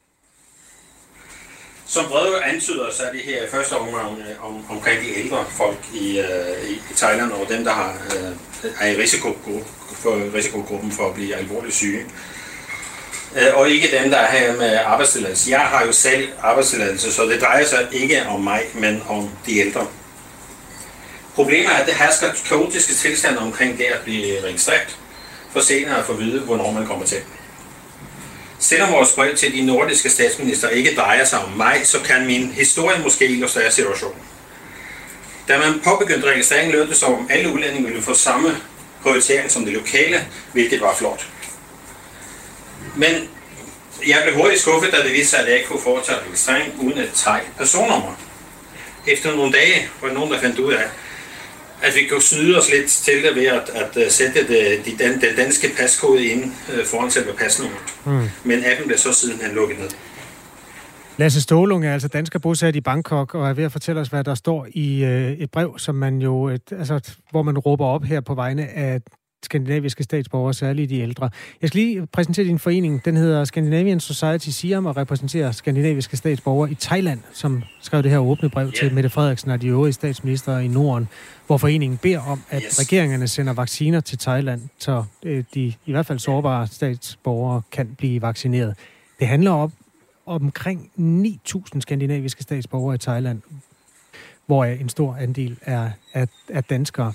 Som Brede antyder, så er det her i første omgang om, omkring de ældre folk i, øh, i Thailand, og dem, der har, øh, er i risikogruppen for, risikogruppen for at blive alvorligt syge. Øh, og ikke dem, der er her med arbejdstilladelse. Jeg har jo selv arbejdstilladelse, så det drejer sig ikke om mig, men om de ældre. Problemet er, at det hersker kaotiske tilstande omkring det at blive registreret, for senere at få at vide, hvornår man kommer til. Selvom vores brev til de nordiske statsminister ikke drejer sig om mig, så kan min historie måske illustrere situationen. Da man påbegyndte registreringen, lød det som om alle udlændinge ville få samme prioritering som det lokale, hvilket var flot. Men jeg blev hurtigt skuffet, da det viste sig, at jeg ikke kunne foretage registrering uden et thai-personnummer. Efter nogle dage var der nogen, der fandt ud af, at vi kunne snyde os lidt til det ved at, at sætte det, de, den, den danske paskode ind foran selve pasnummeret. Mm. Men appen blev så sidenhen lukket ned. Lasse Stålung er altså dansker bosat i Bangkok og er ved at fortælle os, hvad der står i øh, et brev, som man jo, et, altså, hvor man råber op her på vegne af skandinaviske statsborgere, særligt de ældre. Jeg skal lige præsentere din forening. Den hedder Scandinavian Society Siam og repræsenterer skandinaviske statsborgere i Thailand, som skrev det her åbne brev yeah. til Mette Frederiksen og de øvrige statsministre i Norden, hvor foreningen beder om, at yes. regeringerne sender vacciner til Thailand, så øh, de i hvert fald sårbare statsborgere kan blive vaccineret. Det handler om omkring ni tusind skandinaviske statsborgere i Thailand, hvor en stor andel er, er, er danskere.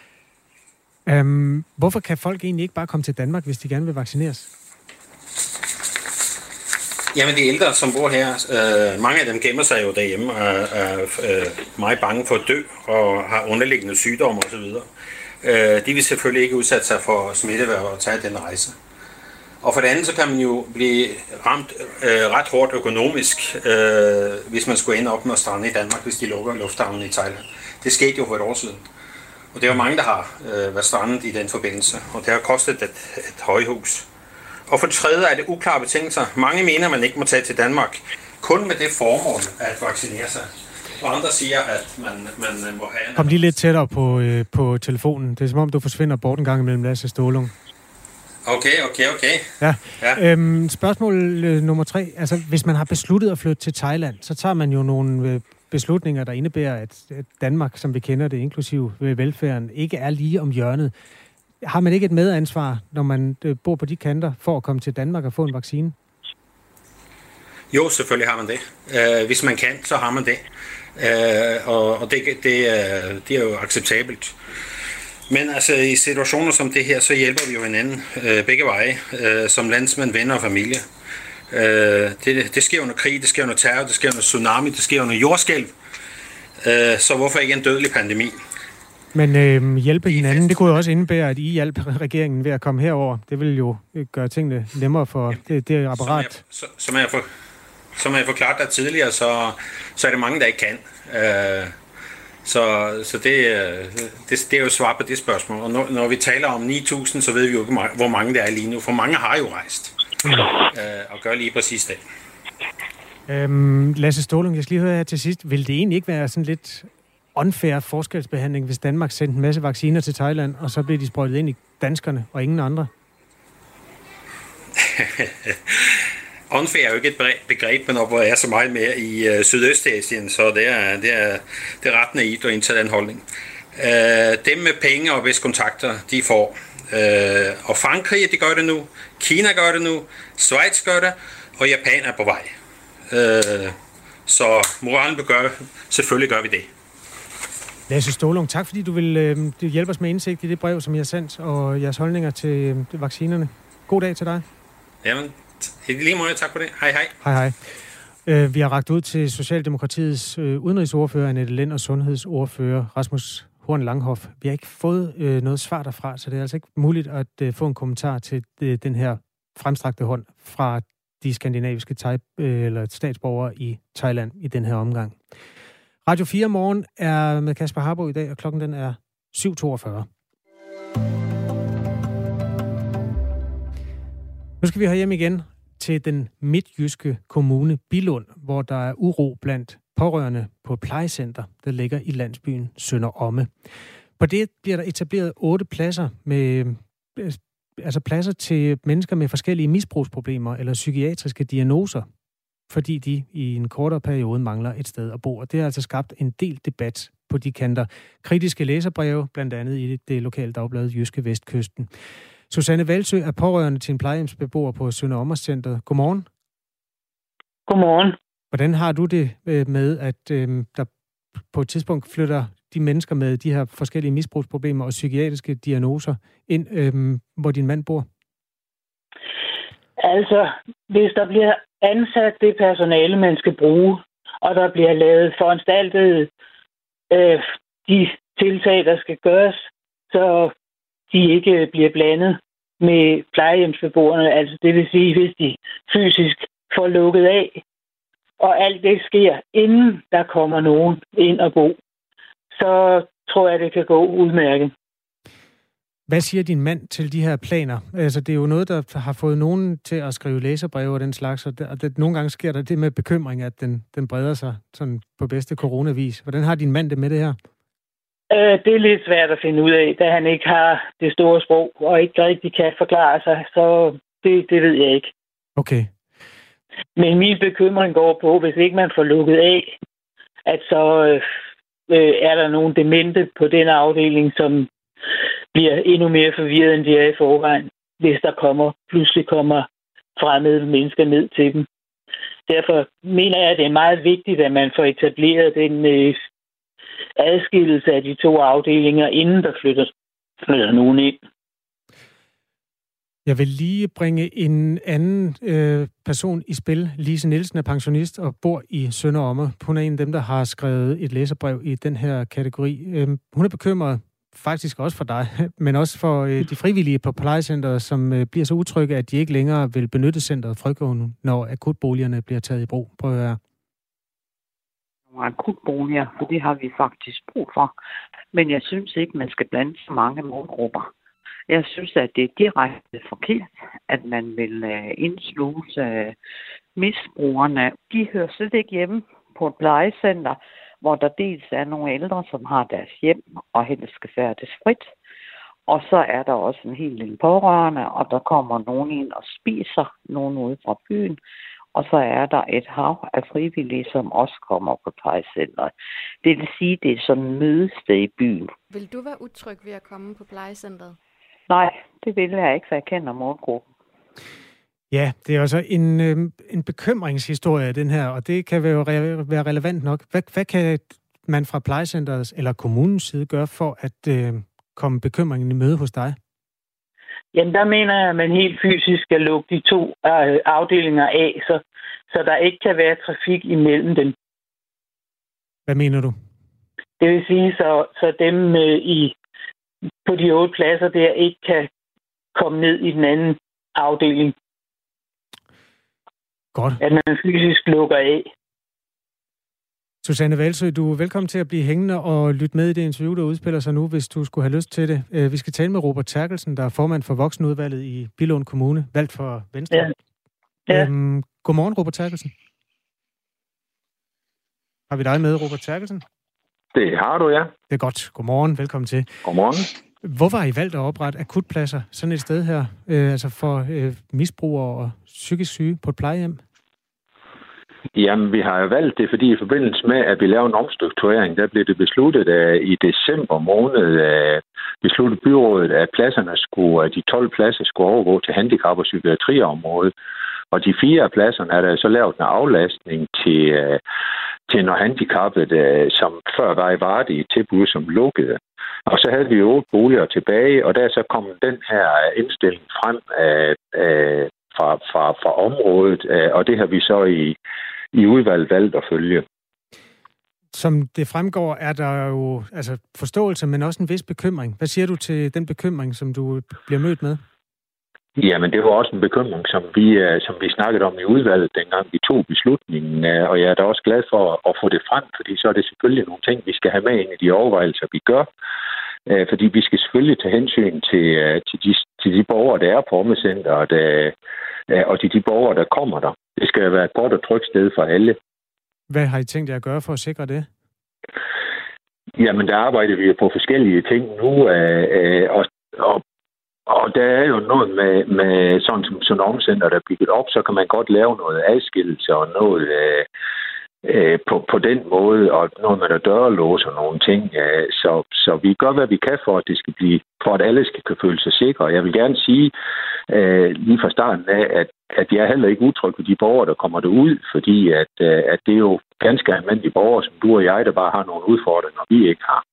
Um, hvorfor kan folk egentlig ikke bare komme til Danmark, hvis de gerne vil vaccineres? Jamen de ældre, som bor her, øh, mange af dem gemmer sig jo derhjemme og er øh, meget bange for at dø og har underliggende sygdomme osv. Øh, de vil selvfølgelig ikke udsætte sig for smitte og tage den rejse. Og for det andet, så kan man jo blive ramt øh, ret hårdt økonomisk, øh, hvis man skulle ende op med at strande i Danmark, hvis de lukker lufthavnen i Thailand. Det skete jo for et år siden. Og det er jo mange, der har øh, været strandet i den forbindelse, og det har kostet et, et højhus. Og for det tredje er det uklare betingelser. Mange mener, man ikke må tage til Danmark, kun med det formål at vaccinere sig. Og andre siger, at man, man må have... Kom lige lidt tættere på, øh, på telefonen. Det er som om, du forsvinder bort en gang imellem Lasse Stålung. Okay, okay, okay. Ja. ja. Øhm, spørgsmål øh, nummer tre. Altså, hvis man har besluttet at flytte til Thailand, så tager man jo nogle øh, beslutninger, der indebærer, at, at Danmark, som vi kender det, inklusive velfærden, ikke er lige om hjørnet. Har man ikke et medansvar, når man øh, bor på de kanter, for at komme til Danmark og få en vaccine? Jo, selvfølgelig har man det. Uh, hvis man kan, så har man det. Uh, og og det, det, er, det er jo acceptabelt. Men altså, i situationer som det her, så hjælper vi jo hinanden uh, begge veje, uh, som landsmænd, venner og familie. Uh, det, det sker under krig, det sker under terror, det sker under tsunami, det sker under jordskælv. Uh, så hvorfor ikke en dødelig pandemi? Men øh, hjælpe hinanden, det kunne jo også indebære, at I hjalp regeringen ved at komme herover. Det vil jo gøre tingene nemmere for det, det apparat. Som jeg, som jeg, for, som jeg forklaret dig tidligere, så, så er det mange, der ikke kan. Uh, så så det, det, det er jo svar på det spørgsmål. Og når, når vi taler om ni tusind, så ved vi jo ikke, hvor mange der er lige nu. For mange har jo rejst mm. uh, og gør lige præcis det. Øhm, Lasse Stålung, jeg skal lige høre her til sidst. Vil det egentlig ikke være sådan lidt unfair forskelsbehandling, hvis Danmark sendte en masse vacciner til Thailand, og så blev de sprøjtet ind i danskerne og ingen andre? Unfair er jo ikke et begreb, man opererer så meget mere i uh, Sydøstasien, så det er, det er, det er ret naivt at indtage den holdning. Uh, dem med penge og vist kontakter, de får. Uh, og Frankrig, de gør det nu. Kina gør det nu. Schweiz gør det. Og Japan er på vej. Uh, så moralen gør, selvfølgelig gør vi det. Lasse Stålung, tak fordi du vil øh, hjælpe os med indsigt i det brev, som I har sendt, og jeres holdninger til øh, vaccinerne. God dag til dig. Jamen, i lige måde, tak for det. Hej, hej. Hej, hej. Øh, vi har rakt ud til Socialdemokratiets øh, udenrigsordfører, Annette Lind, og sundhedsordfører Rasmus Horn Langhoff. Vi har ikke fået øh, noget svar derfra, så det er altså ikke muligt at øh, få en kommentar til øh, den her fremstrakte hånd fra de skandinaviske thai- øh, eller statsborgere i Thailand i den her omgang. Radio fire Morgen er med Kasper Harbo i dag, og klokken den er syv toogfyrre. Nu skal vi herhjem igen til den midtjyske kommune Billund, hvor der er uro blandt pårørende på et plejecenter, der ligger i landsbyen Sønder Omme. På det bliver der etableret otte pladser med altså pladser til mennesker med forskellige misbrugsproblemer eller psykiatriske diagnoser, fordi de i en kortere periode mangler et sted at bo. Og det har altså skabt en del debat på de kanter. Kritiske læserbreve, blandt andet i det lokale dagblad Jyske Vestkysten. Susanne Valsø er pårørende til en plejehjemsbeboer på Sønder Ommercentret. Godmorgen. Godmorgen. Hvordan har du det med, at øh, der på et tidspunkt flytter de mennesker med de her forskellige misbrugsproblemer og psykiatriske diagnoser ind, øh, hvor din mand bor? Altså, hvis der bliver ansat det personale, man skal bruge, og der bliver lavet foranstaltet øh, de tiltag, der skal gøres, så de ikke bliver blandet med plejehjemsbeboerne. Altså, det vil sige, hvis de fysisk får lukket af, og alt det sker, inden der kommer nogen ind og bo, så tror jeg, det kan gå udmærket. Hvad siger din mand til de her planer? Altså, det er jo noget, der har fået nogen til at skrive læserbreve og den slags, og det, det, nogle gange sker der det med bekymring, at den, den breder sig sådan på bedste coronavis. Hvordan har din mand det med det her? Øh, det er lidt svært at finde ud af, da han ikke har det store sprog, og ikke rigtig kan forklare sig, så det, det ved jeg ikke. Okay. Men min bekymring går på, hvis ikke man får lukket af, at så øh, er der nogle demente på den afdeling, som bliver endnu mere forvirret, end de er i forvejen, hvis der kommer, pludselig kommer fremmede mennesker ned til dem. Derfor mener jeg, at det er meget vigtigt, at man får etableret den øh, adskillelse af de to afdelinger, inden der flytter, flytter nogen ind. Jeg vil lige bringe en anden øh, person i spil. Lise Nielsen er pensionist og bor i Sønder Omme. Hun er en af dem, der har skrevet et læserbrev i den her kategori. Øh, hun er bekymret faktisk også for dig, men også for øh, de frivillige på plejecenteret, som øh, bliver så utrygge, at de ikke længere vil benytte centret frygtgående, når akutboligerne bliver taget i brug. Prøv at høre. Akutboliger, for det har vi faktisk brug for. Men jeg synes ikke, man skal blande så mange målgrupper. Jeg synes, at det er direkte forkert, at man vil uh, indsluse uh, misbrugerne. De hører slet ikke hjemme på et plejecenter, hvor der dels er nogle ældre, som har deres hjem og helst skal færdes frit. Og så er der også en hel del pårørende, og der kommer nogen ind og spiser, nogen ude fra byen. Og så er der et hav af frivillige, som også kommer på plejecenteret. Det vil sige, det er sådan en mødested i byen. Vil du være utryg ved at komme på plejecenteret? Nej, det vil jeg ikke, for jeg kender målgruppen. Ja, det er også en, øh, en bekymringshistorie, den her, og det kan jo re- være relevant nok. Hvad, hvad kan man fra plejecenterets eller kommunens side gøre for at øh, komme bekymringen i møde hos dig? Jamen, der mener jeg, at man helt fysisk skal lukke de to øh, afdelinger af, så, så der ikke kan være trafik imellem dem. Hvad mener du? Det vil sige, så, så dem øh, i, på de otte pladser der ikke kan komme ned i den anden afdeling. Godt. At man fysisk lukker af. Susanne Hvalsø, du er velkommen til at blive hængende og lytte med i det interview, der udspiller sig nu, hvis du skulle have lyst til det. Vi skal tale med Robert Terkelsen, der er formand for voksenudvalget i Billund Kommune, valgt for Venstre. Ja. Ja. Øhm, godmorgen, Robert Terkelsen. Har vi dig med, Robert Terkelsen? Det har du, ja. Det er godt. Godmorgen, velkommen til. Godmorgen. Hvorfor har I valgt at oprette akutpladser sådan et sted her, øh, altså for øh, misbrugere og psykisk syge på et plejehjem? Jamen, vi har jo valgt det, fordi i forbindelse med, at vi laver en omstrukturering, der blev det besluttet at i december måned, at besluttede byrådet, at pladserne skulle, at de tolv pladser skulle overgå til handicap- og psykiatriområdet. Og de fire af pladserne er der så lavet en aflastning til, til noget handicappet, som før var i Varde i et tilbud, som lukkede. Og så havde vi jo otte boliger tilbage, og der så kom den her indstilling frem af, af, fra, fra, fra området, og det har vi så i, i udvalget valgt at følge. Som det fremgår, er der jo altså forståelse, men også en vis bekymring. Hvad siger du til den bekymring, som du bliver mødt med? Jamen, det var også en bekymring, som vi, som vi snakkede om i udvalget, dengang vi tog beslutningen. Og jeg er da også glad for at få det frem, fordi så er det selvfølgelig nogle ting, vi skal have med ind i de overvejelser, vi gør. Fordi vi skal selvfølgelig tage hensyn til, til, de, til de borgere, der er på omsorgscenteret, og til de borgere, der kommer der. Det skal være et godt og trygt sted for alle. Hvad har I tænkt jer at gøre for at sikre det? Jamen, der arbejder vi på forskellige ting nu, og, og Og der er jo noget med, med sådan som sådan omcenter, der er bygget op, så kan man godt lave noget adskillelse og noget øh, øh, på, på den måde, og noget med der dørlås og nogle ting. Øh, så, så vi gør, hvad vi kan for, at det skal blive, for at alle skal kunne føle sig sikre. Jeg vil gerne sige øh, lige fra starten af, at, at jeg er heller ikke utryg ved de borgere, der kommer derud, fordi at, øh, at det er jo ganske almindelige borgere, som du og jeg, der bare har nogle udfordringer, vi ikke har.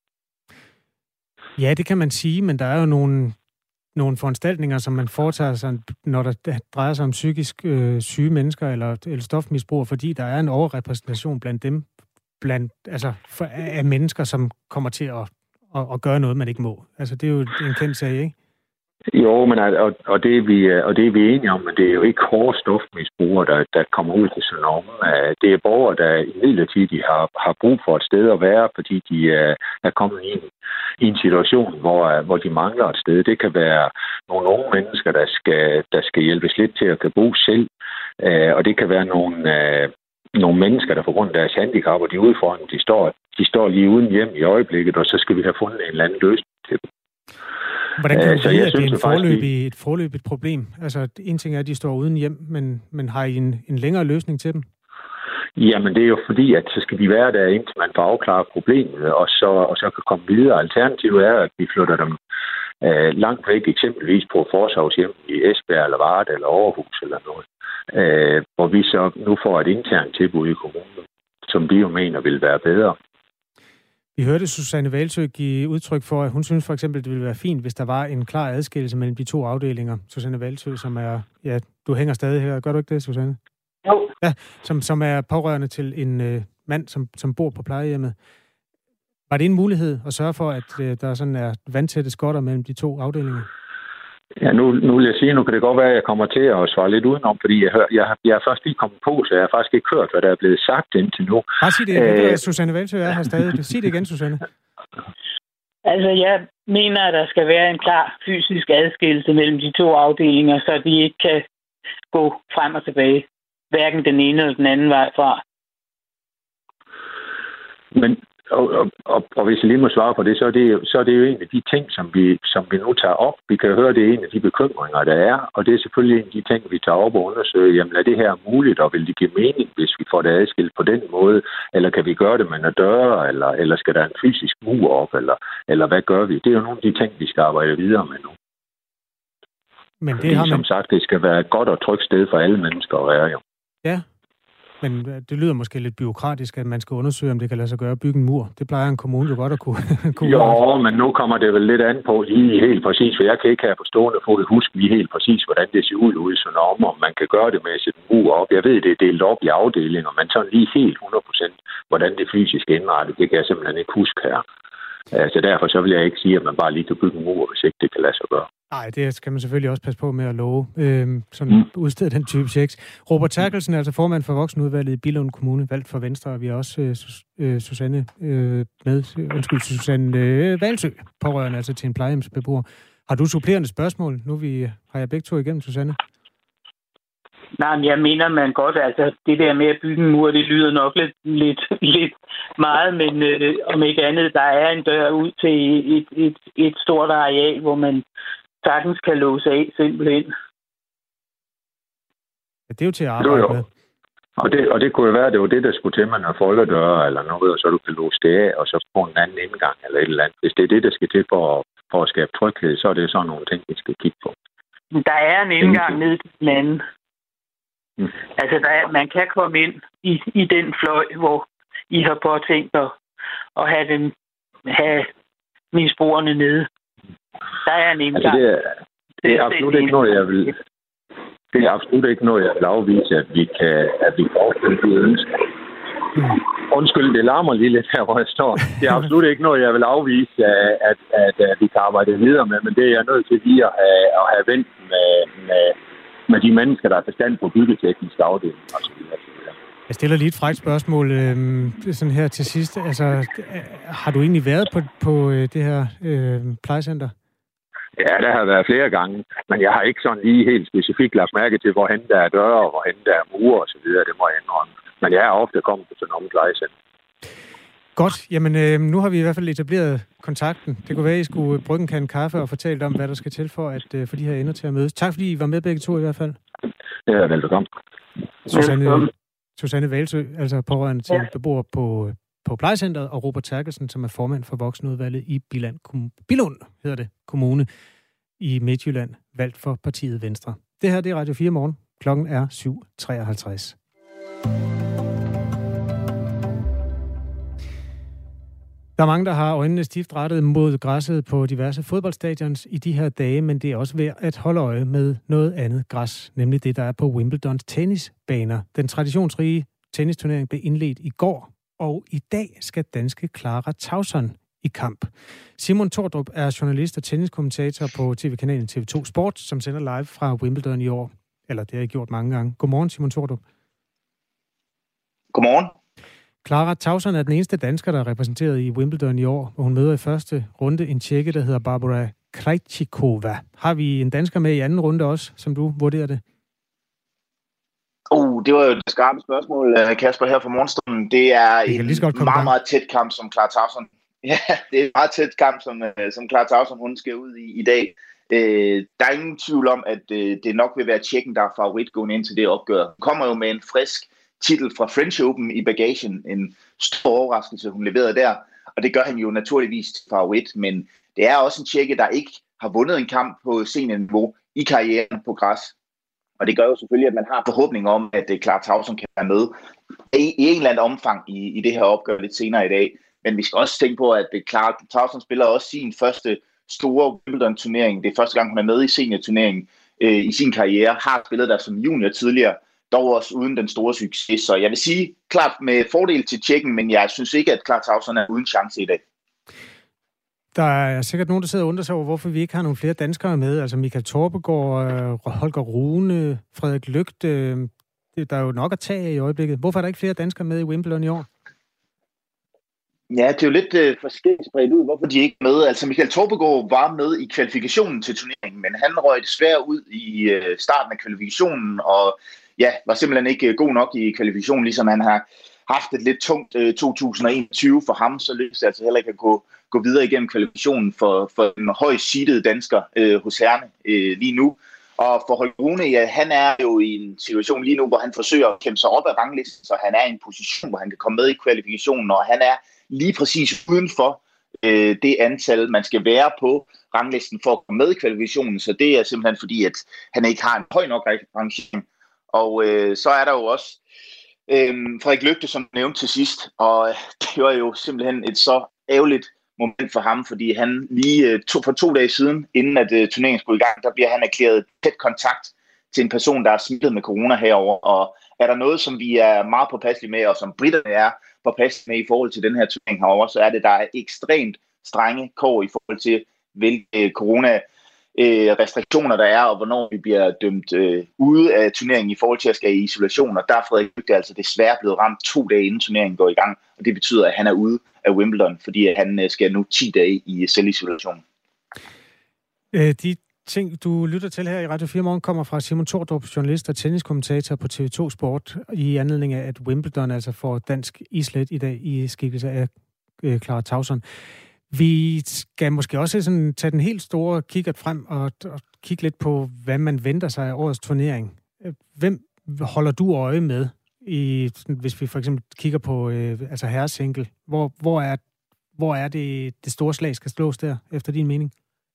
Ja, det kan man sige, men der er jo nogle nogle foranstaltninger, som man foretager sig, når der drejer sig om psykisk øh, syge mennesker eller, eller stofmisbrugere, fordi der er en overrepræsentation blandt dem, blandt, altså for, af mennesker, som kommer til at, at, at gøre noget, man ikke må. Altså, det er jo en kendt sag, ikke? Jo, men og, og, det er vi, og det er vi enige om, men det er jo ikke hårde stofmisbrugere, der, der kommer ud til sådan nogen. Det er borgere, der imidlertid har, har brug for et sted at være, fordi de er, er kommet i en, i en situation, hvor, hvor de mangler et sted. Det kan være nogle unge mennesker, der skal, der skal hjælpes lidt til at kan bo selv, og det kan være nogle, nogle mennesker, der på grund af deres handicap og de udfordringer, de står, de står lige uden hjem i øjeblikket, og så skal vi have fundet en eller anden løsning til dem. Hvordan kan du vide, at det er en forløbig, et forløbigt problem? Altså, en ting er, at de står uden hjem, men, men har I en, en længere løsning til dem? Jamen, det er jo fordi, at så skal de være der, indtil man får afklaret problemet, og så, og så kan komme videre. Alternativet er, at vi flytter dem øh, langt væk, eksempelvis på Forsorgshjem i Esbjerg, eller Varde, eller Aarhus, eller noget. Øh, hvor vi så nu får et internt tilbud i kommunen, som vi jo mener vil være bedre. Vi hørte Susanne Hvalsø give udtryk for, at hun synes for eksempel, det ville være fint, hvis der var en klar adskillelse mellem de to afdelinger. Susanne Hvalsø, som er... Ja, du hænger stadig her. Gør du ikke det, Susanne? Jo. Ja, som, som er pårørende til en øh, mand, som, som bor på plejehjemmet. Var det en mulighed at sørge for, at øh, der sådan er vandtætte skotter mellem de to afdelinger? Ja, nu, nu vil jeg sige, nu kan det godt være, at jeg kommer til at svare lidt udenom, fordi jeg, hør, jeg, jeg er først lige kommet på, så jeg har faktisk ikke hørt, hvad der er blevet sagt indtil nu. Bare sig det igen, Æh... Susanne Hvalsø er her stadig. Sig det igen, Susanne. Altså, jeg mener, at der skal være en klar fysisk adskillelse mellem de to afdelinger, så de ikke kan gå frem og tilbage. Hverken den ene eller den anden vej fra. Men Og, og, og, og hvis jeg lige må svare på det, så er det, så er det jo en af de ting, som vi, som vi nu tager op. Vi kan høre, det er en af de bekymringer, der er, og det er selvfølgelig en af de ting, vi tager op og undersøger. Jamen, er det her muligt, og vil det give mening, hvis vi får det adskilt på den måde? Eller kan vi gøre det med en døre, eller, eller skal der en fysisk mur op, eller, eller hvad gør vi? Det er jo nogle af de ting, vi skal arbejde videre med nu. Men det Fordi, har man... som sagt, det skal være et godt og trygt sted for alle mennesker at være, jo. Ja. Men det lyder måske lidt byråkratisk, at man skal undersøge, om det kan lade sig gøre at bygge en mur. Det plejer en kommune jo godt at kunne, kunne Jo, gøre. Men nu kommer det vel lidt an på lige helt præcis, for jeg kan ikke have på stående fod huske lige helt præcis, hvordan det ser ud ude sådan om, om man kan gøre det med at sætte en mur op. Jeg ved, det er delt op i afdelinger, men sådan lige helt hundrede procent, hvordan det fysisk indrettet, det kan jeg simpelthen ikke huske her. Så derfor så vil jeg ikke sige, at man bare lige kan bygge en mur, hvis ikke det kan lade sig gøre. Nej, det skal man selvfølgelig også passe på med at love. Øhm, sådan mm. udstede den type checks. Robert Terkelsen er altså formand for voksenudvalget i Billund Kommune, valgt for Venstre, og vi har også øh, øh, Susanne øh, med, undskyld, Susanne øh, Hvalsø, pårørende altså til en plejehjemsbeboer. Har du supplerende spørgsmål? Nu vi, har jeg begge to igennem, Susanne. Nej, men jeg mener, man godt, altså det der med at bygge en mur, det lyder nok lidt, lidt, lidt meget, men øh, om ikke andet, der er en dør ud til et, et, et stort areal, hvor man sagtens kan låse af simpelthen. Ja, det er jo til at arbejde jo, jo. med. Og det, og det kunne jo være, at det var det, der skulle til, man har folderdøre eller noget, og så du kan låse det af, og så få en anden indgang eller et eller andet. Hvis det er det, der skal til for, for at skabe tryghed, så er det sådan nogle ting, vi skal kigge på. Der er en indgang ned til den anden. Mm. Altså, der er, man kan komme ind i, i den fløj, hvor I har påtænkt at, at have, dem, have misbrugerne nede. Der er en indgang. Altså, det er, det er absolut ikke noget, jeg vil... Det er absolut ikke noget, jeg vil afvise, at vi kan, at vi kan opfylde de ønsker. Mm. Undskyld, det larmer lige lidt her, hvor jeg står. Det er absolut ikke noget, jeg vil afvise, at, at, at, at vi kan arbejde videre med, men det er jeg nødt til lige at have, at have vendt med, med, med de mennesker, der er forstand på byggeteknisk afdeling. Jeg stiller lige et frækt spørgsmål øh, sådan her til sidst. Altså, har du egentlig været på, på det her øh, plejecenter? Ja, der har været flere gange, men jeg har ikke sådan lige helt specifikt lagt mærke til, hvorhen der er døre, og hvorhen der er mure og så videre. Det må jeg indrømme. Men jeg er ofte kommet på sådan en plejecenter. Godt. Jamen, øh, nu har vi i hvert fald etableret kontakten. Det kunne være, at I skulle brygge en kande kaffe og fortælle om, hvad der skal til for at øh, få de her ender til at mødes. Tak, fordi I var med begge to i hvert fald. Ja, velbekomme. Susanne, Susanne Hvalsø, altså pårørende til ja. beboer på, på plejecenteret, og Robert Terkelsen, som er formand for voksenudvalget i Billund, Billund hedder det, Kommune i Midtjylland, valgt for partiet Venstre. Det her det er Radio fire morgen. Klokken er syv treoghalvtreds. Der er mange, der har øjnene stift rettet mod græsset på diverse fodboldstadions i de her dage, men det er også værd at holde øje med noget andet græs, nemlig det, der er på Wimbledons tennisbaner. Den traditionsrige tennisturnering blev indledt i går, og i dag skal danske Clara Tauson i kamp. Simon Tordrup er journalist og tenniskommentator på tv-kanalen T V to Sport, som sender live fra Wimbledon i år. Eller det har jeg gjort mange gange. Godmorgen, Simon Tordrup. Godmorgen. Clara Tauson er den eneste dansker, der er repræsenteret i Wimbledon i år, hvor hun møder i første runde en tjekke, der hedder Barbora Krejcikova. Har vi en dansker med i anden runde også, som du vurderer det? Uh, det var jo et skarpe spørgsmål, Kasper, her fra morgenstunden. Det er en meget, meget tæt kamp, som Clara Tauson. Ja, det er en meget tæt kamp, som, som Clara Tauson hun skal ud i i dag. Øh, der er ingen tvivl om, at øh, det nok vil være tjekken, der er favorit gående ind til det opgør. Hun kommer jo med en frisk titel fra French Open i bagagen. En stor overraskelse, hun leverede der. Og det gør han jo naturligvis til favorit. Men det er også en tjekke, der ikke har vundet en kamp på seniorniveau i karrieren på græs. Og det gør jo selvfølgelig, at man har forhåbning om, at Clara Tauson kan være med i, i en eller anden omfang i, i det her opgør lidt senere i dag. Men vi skal også tænke på, at Clara Tauson spiller også sin første store Wimbledon-turnering. Det er første gang, hun er med i seniorturneringen øh, i sin karriere. Har spillet der som junior tidligere, dog også uden den store succes. Så jeg vil sige klart med fordel til tjekken, men jeg synes ikke, at Clara Tauson er uden chance i dag. Der er sikkert nogen, der sidder og undrer sig over, hvorfor vi ikke har nogle flere danskere med. Altså Michael Torpegaard, Holger Rune, Frederik Lygt. Der er jo nok at tage i øjeblikket. Hvorfor er der ikke flere danskere med i Wimbledon i år? Ja, det er jo lidt øh, forskelligt spredt ud, hvorfor de ikke er med. Altså Michael Torpegaard var med i kvalifikationen til turneringen, men han røg desværre ud i øh, starten af kvalifikationen, og ja, var simpelthen ikke øh, god nok i kvalifikationen, ligesom han har haft et lidt tungt øh, to tusind og enogtyve for ham, så lykkedes det altså heller ikke at gå, gå videre igennem kvalifikationen for, for en højst seeded dansker øh, hos herrene øh, lige nu. Og for Holger Rune, ja, han er jo i en situation lige nu, hvor han forsøger at kæmpe sig op ad ranglisten, så han er i en position, hvor han kan komme med i kvalifikationen, og han er lige præcis uden for øh, det antal, man skal være på ranglisten for at komme med i kvalifikationen. Så det er simpelthen fordi, at han ikke har en høj nok rangering. Og øh, så er der jo også øh, Frederik Lygte, som nævnte til sidst, og det var jo simpelthen et så ærgerligt moment for ham, fordi han lige øh, to, for to dage siden, inden at øh, turneringen skulle i gang, der bliver han erklæret tæt kontakt til en person, der er smittet med corona herover. Og er der noget, som vi er meget påpasselige med, og som britterne er påpasselige med i forhold til den her turnering herover, så er det, der er ekstremt strenge kår i forhold til, hvilke corona restriktioner der er, og hvornår vi bliver dømt øh, ude af turneringen i forhold til at skal i isolation. Og der er Frederik Lygte altså desværre blevet ramt to dage inden turneringen går i gang, og det betyder, at han er ude af Wimbledon, fordi han øh, skal nu ti dage i selvisolation. Øh, de ting, du lytter til her i Radio fire Morgen, kommer fra Simon Tordrup, journalist og tenniskommentator på T V to Sport, i anledning af, at Wimbledon altså får dansk islet i dag i skikkelse af øh, Clara Tauson. Vi skal måske også sådan tage den helt store kikkert frem og, og kigge lidt på, hvad man venter sig af årets turnering. Hvem holder du øje med, i, hvis vi for eksempel kigger på øh, altså herresingle? Hvor, hvor er, hvor er det, det store slag skal slås der, efter din mening?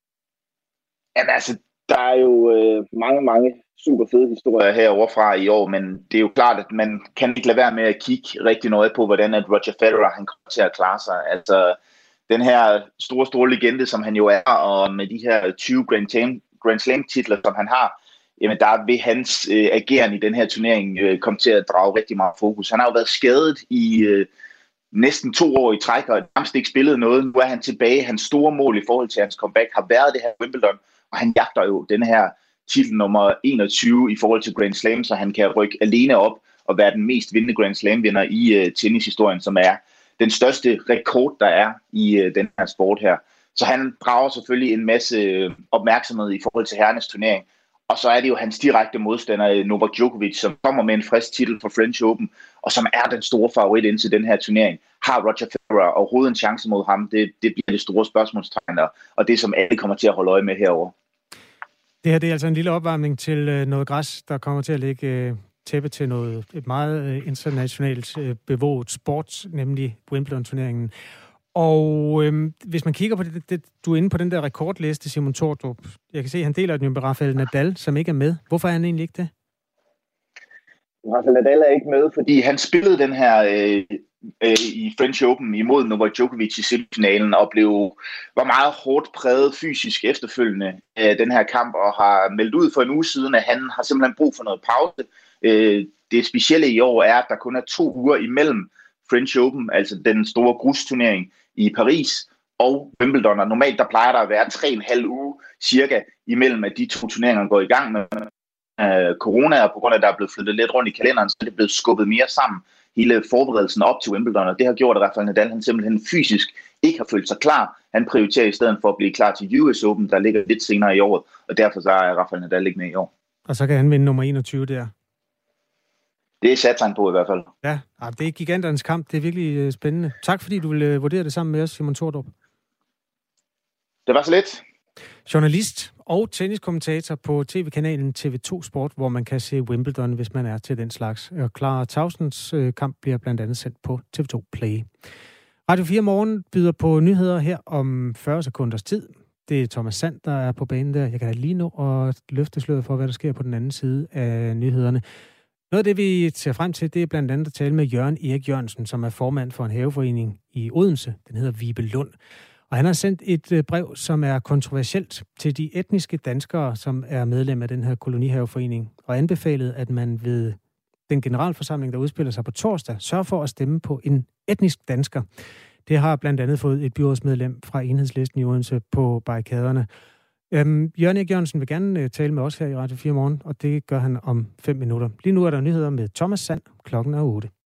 Jamen altså, der er jo øh, mange, mange super fede historier herovre fra i år, men det er jo klart, at man kan ikke lade være med at kigge rigtig nøje på, hvordan at Roger Federer han kommer til at klare sig. Altså, den her store, store legende, som han jo er, og med de her tyve Grand Slam-titler, som han har, jamen der vil hans øh, ageren i den her turnering øh, komme til at drage rigtig meget fokus. Han har jo været skadet i øh, næsten to år i træk, og nærmest ikke spillet noget. Nu er han tilbage. Hans store mål i forhold til hans comeback har været det her Wimbledon, og han jagter jo den her titel nummer enogtyve i forhold til Grand Slam, så han kan rykke alene op og være den mest vindende Grand Slam-vinder i øh, tennishistorien, som er den største rekord, der er i øh, den her sport her. Så han drager selvfølgelig en masse øh, opmærksomhed i forhold til herrenes turnering. Og så er det jo hans direkte modstander, Novak Djokovic, som kommer med en frisk titel for French Open, og som er den store favorit ind til den her turnering. Har Roger Federer overhovedet en chance mod ham? Det, det bliver det store spørgsmålstegn, og det som alle kommer til at holde øje med herovre. Det her det er altså en lille opvarmning til øh, noget græs, der kommer til at ligge øh, tæppe til noget et meget øh, internationalt øh, bevåget sport, nemlig Wimbledon-turneringen. Og øhm, hvis man kigger på det, det, du er inde på den der rekordliste, Simon Tordrup. Jeg kan se, at han deler den jo med Rafael Nadal, som ikke er med. Hvorfor er han egentlig ikke det? Rafael Nadal er ikke med, fordi han spillede den her øh, øh, i French Open imod Novak Djokovic i semifinalen, og blev, var meget hårdt præget fysisk efterfølgende af den her kamp, og har meldt ud for en uge siden, at han har simpelthen brug for noget pause. Øh, det specielle i år er, at der kun er to uger imellem French Open, altså den store grusturnering i Paris, og Wimbledon. Og normalt der plejer der at være tre og en halv uge cirka imellem, at de to turneringer går i gang med øh, corona, og på grund af, at der er blevet flyttet lidt rundt i kalenderen, så er det blevet skubbet mere sammen, hele forberedelsen op til Wimbledon, og det har gjort, at Rafael Nadal han simpelthen fysisk ikke har følt sig klar. Han prioriterer i stedet for at blive klar til U S Open, der ligger lidt senere i året, og derfor så er Rafael Nadal ikke med i år. Og så kan han vinde nummer enogtyve der. Det satte han på i hvert fald. Ja, det er giganternes kamp. Det er virkelig spændende. Tak fordi du ville vurdere det sammen med os, Simon Tordrup. Det var så lidt. Journalist og tenniskommentator på tv-kanalen T V to Sport, hvor man kan se Wimbledon, hvis man er til den slags. Og Clara Tausons kamp bliver blandt andet sendt på T V to Play. Radio fire Morgen byder på nyheder her om fyrre sekunders tid. Det er Thomas Sand, der er på banen der. Jeg kan da lige nå at løfte sløret for, hvad der sker på den anden side af nyhederne. Noget af det, vi ser frem til, det er blandt andet at tale med Jørgen Erik Jørgensen, som er formand for en haveforening i Odense. Den hedder Vibelund. Og han har sendt et brev, som er kontroversielt til de etniske danskere, som er medlem af den her kolonihaveforening, og anbefalet, at man ved den generalforsamling, der udspiller sig på torsdag, sørger for at stemme på en etnisk dansker. Det har blandt andet fået et byrådsmedlem fra Enhedslisten i Odense på barrikaderne. Øhm, Jørgen Erik Jørgensen vil gerne uh, tale med os her i Radio fire Morgen, og det gør han om fem minutter. Lige nu er der nyheder med Thomas Sand. Klokken er otte.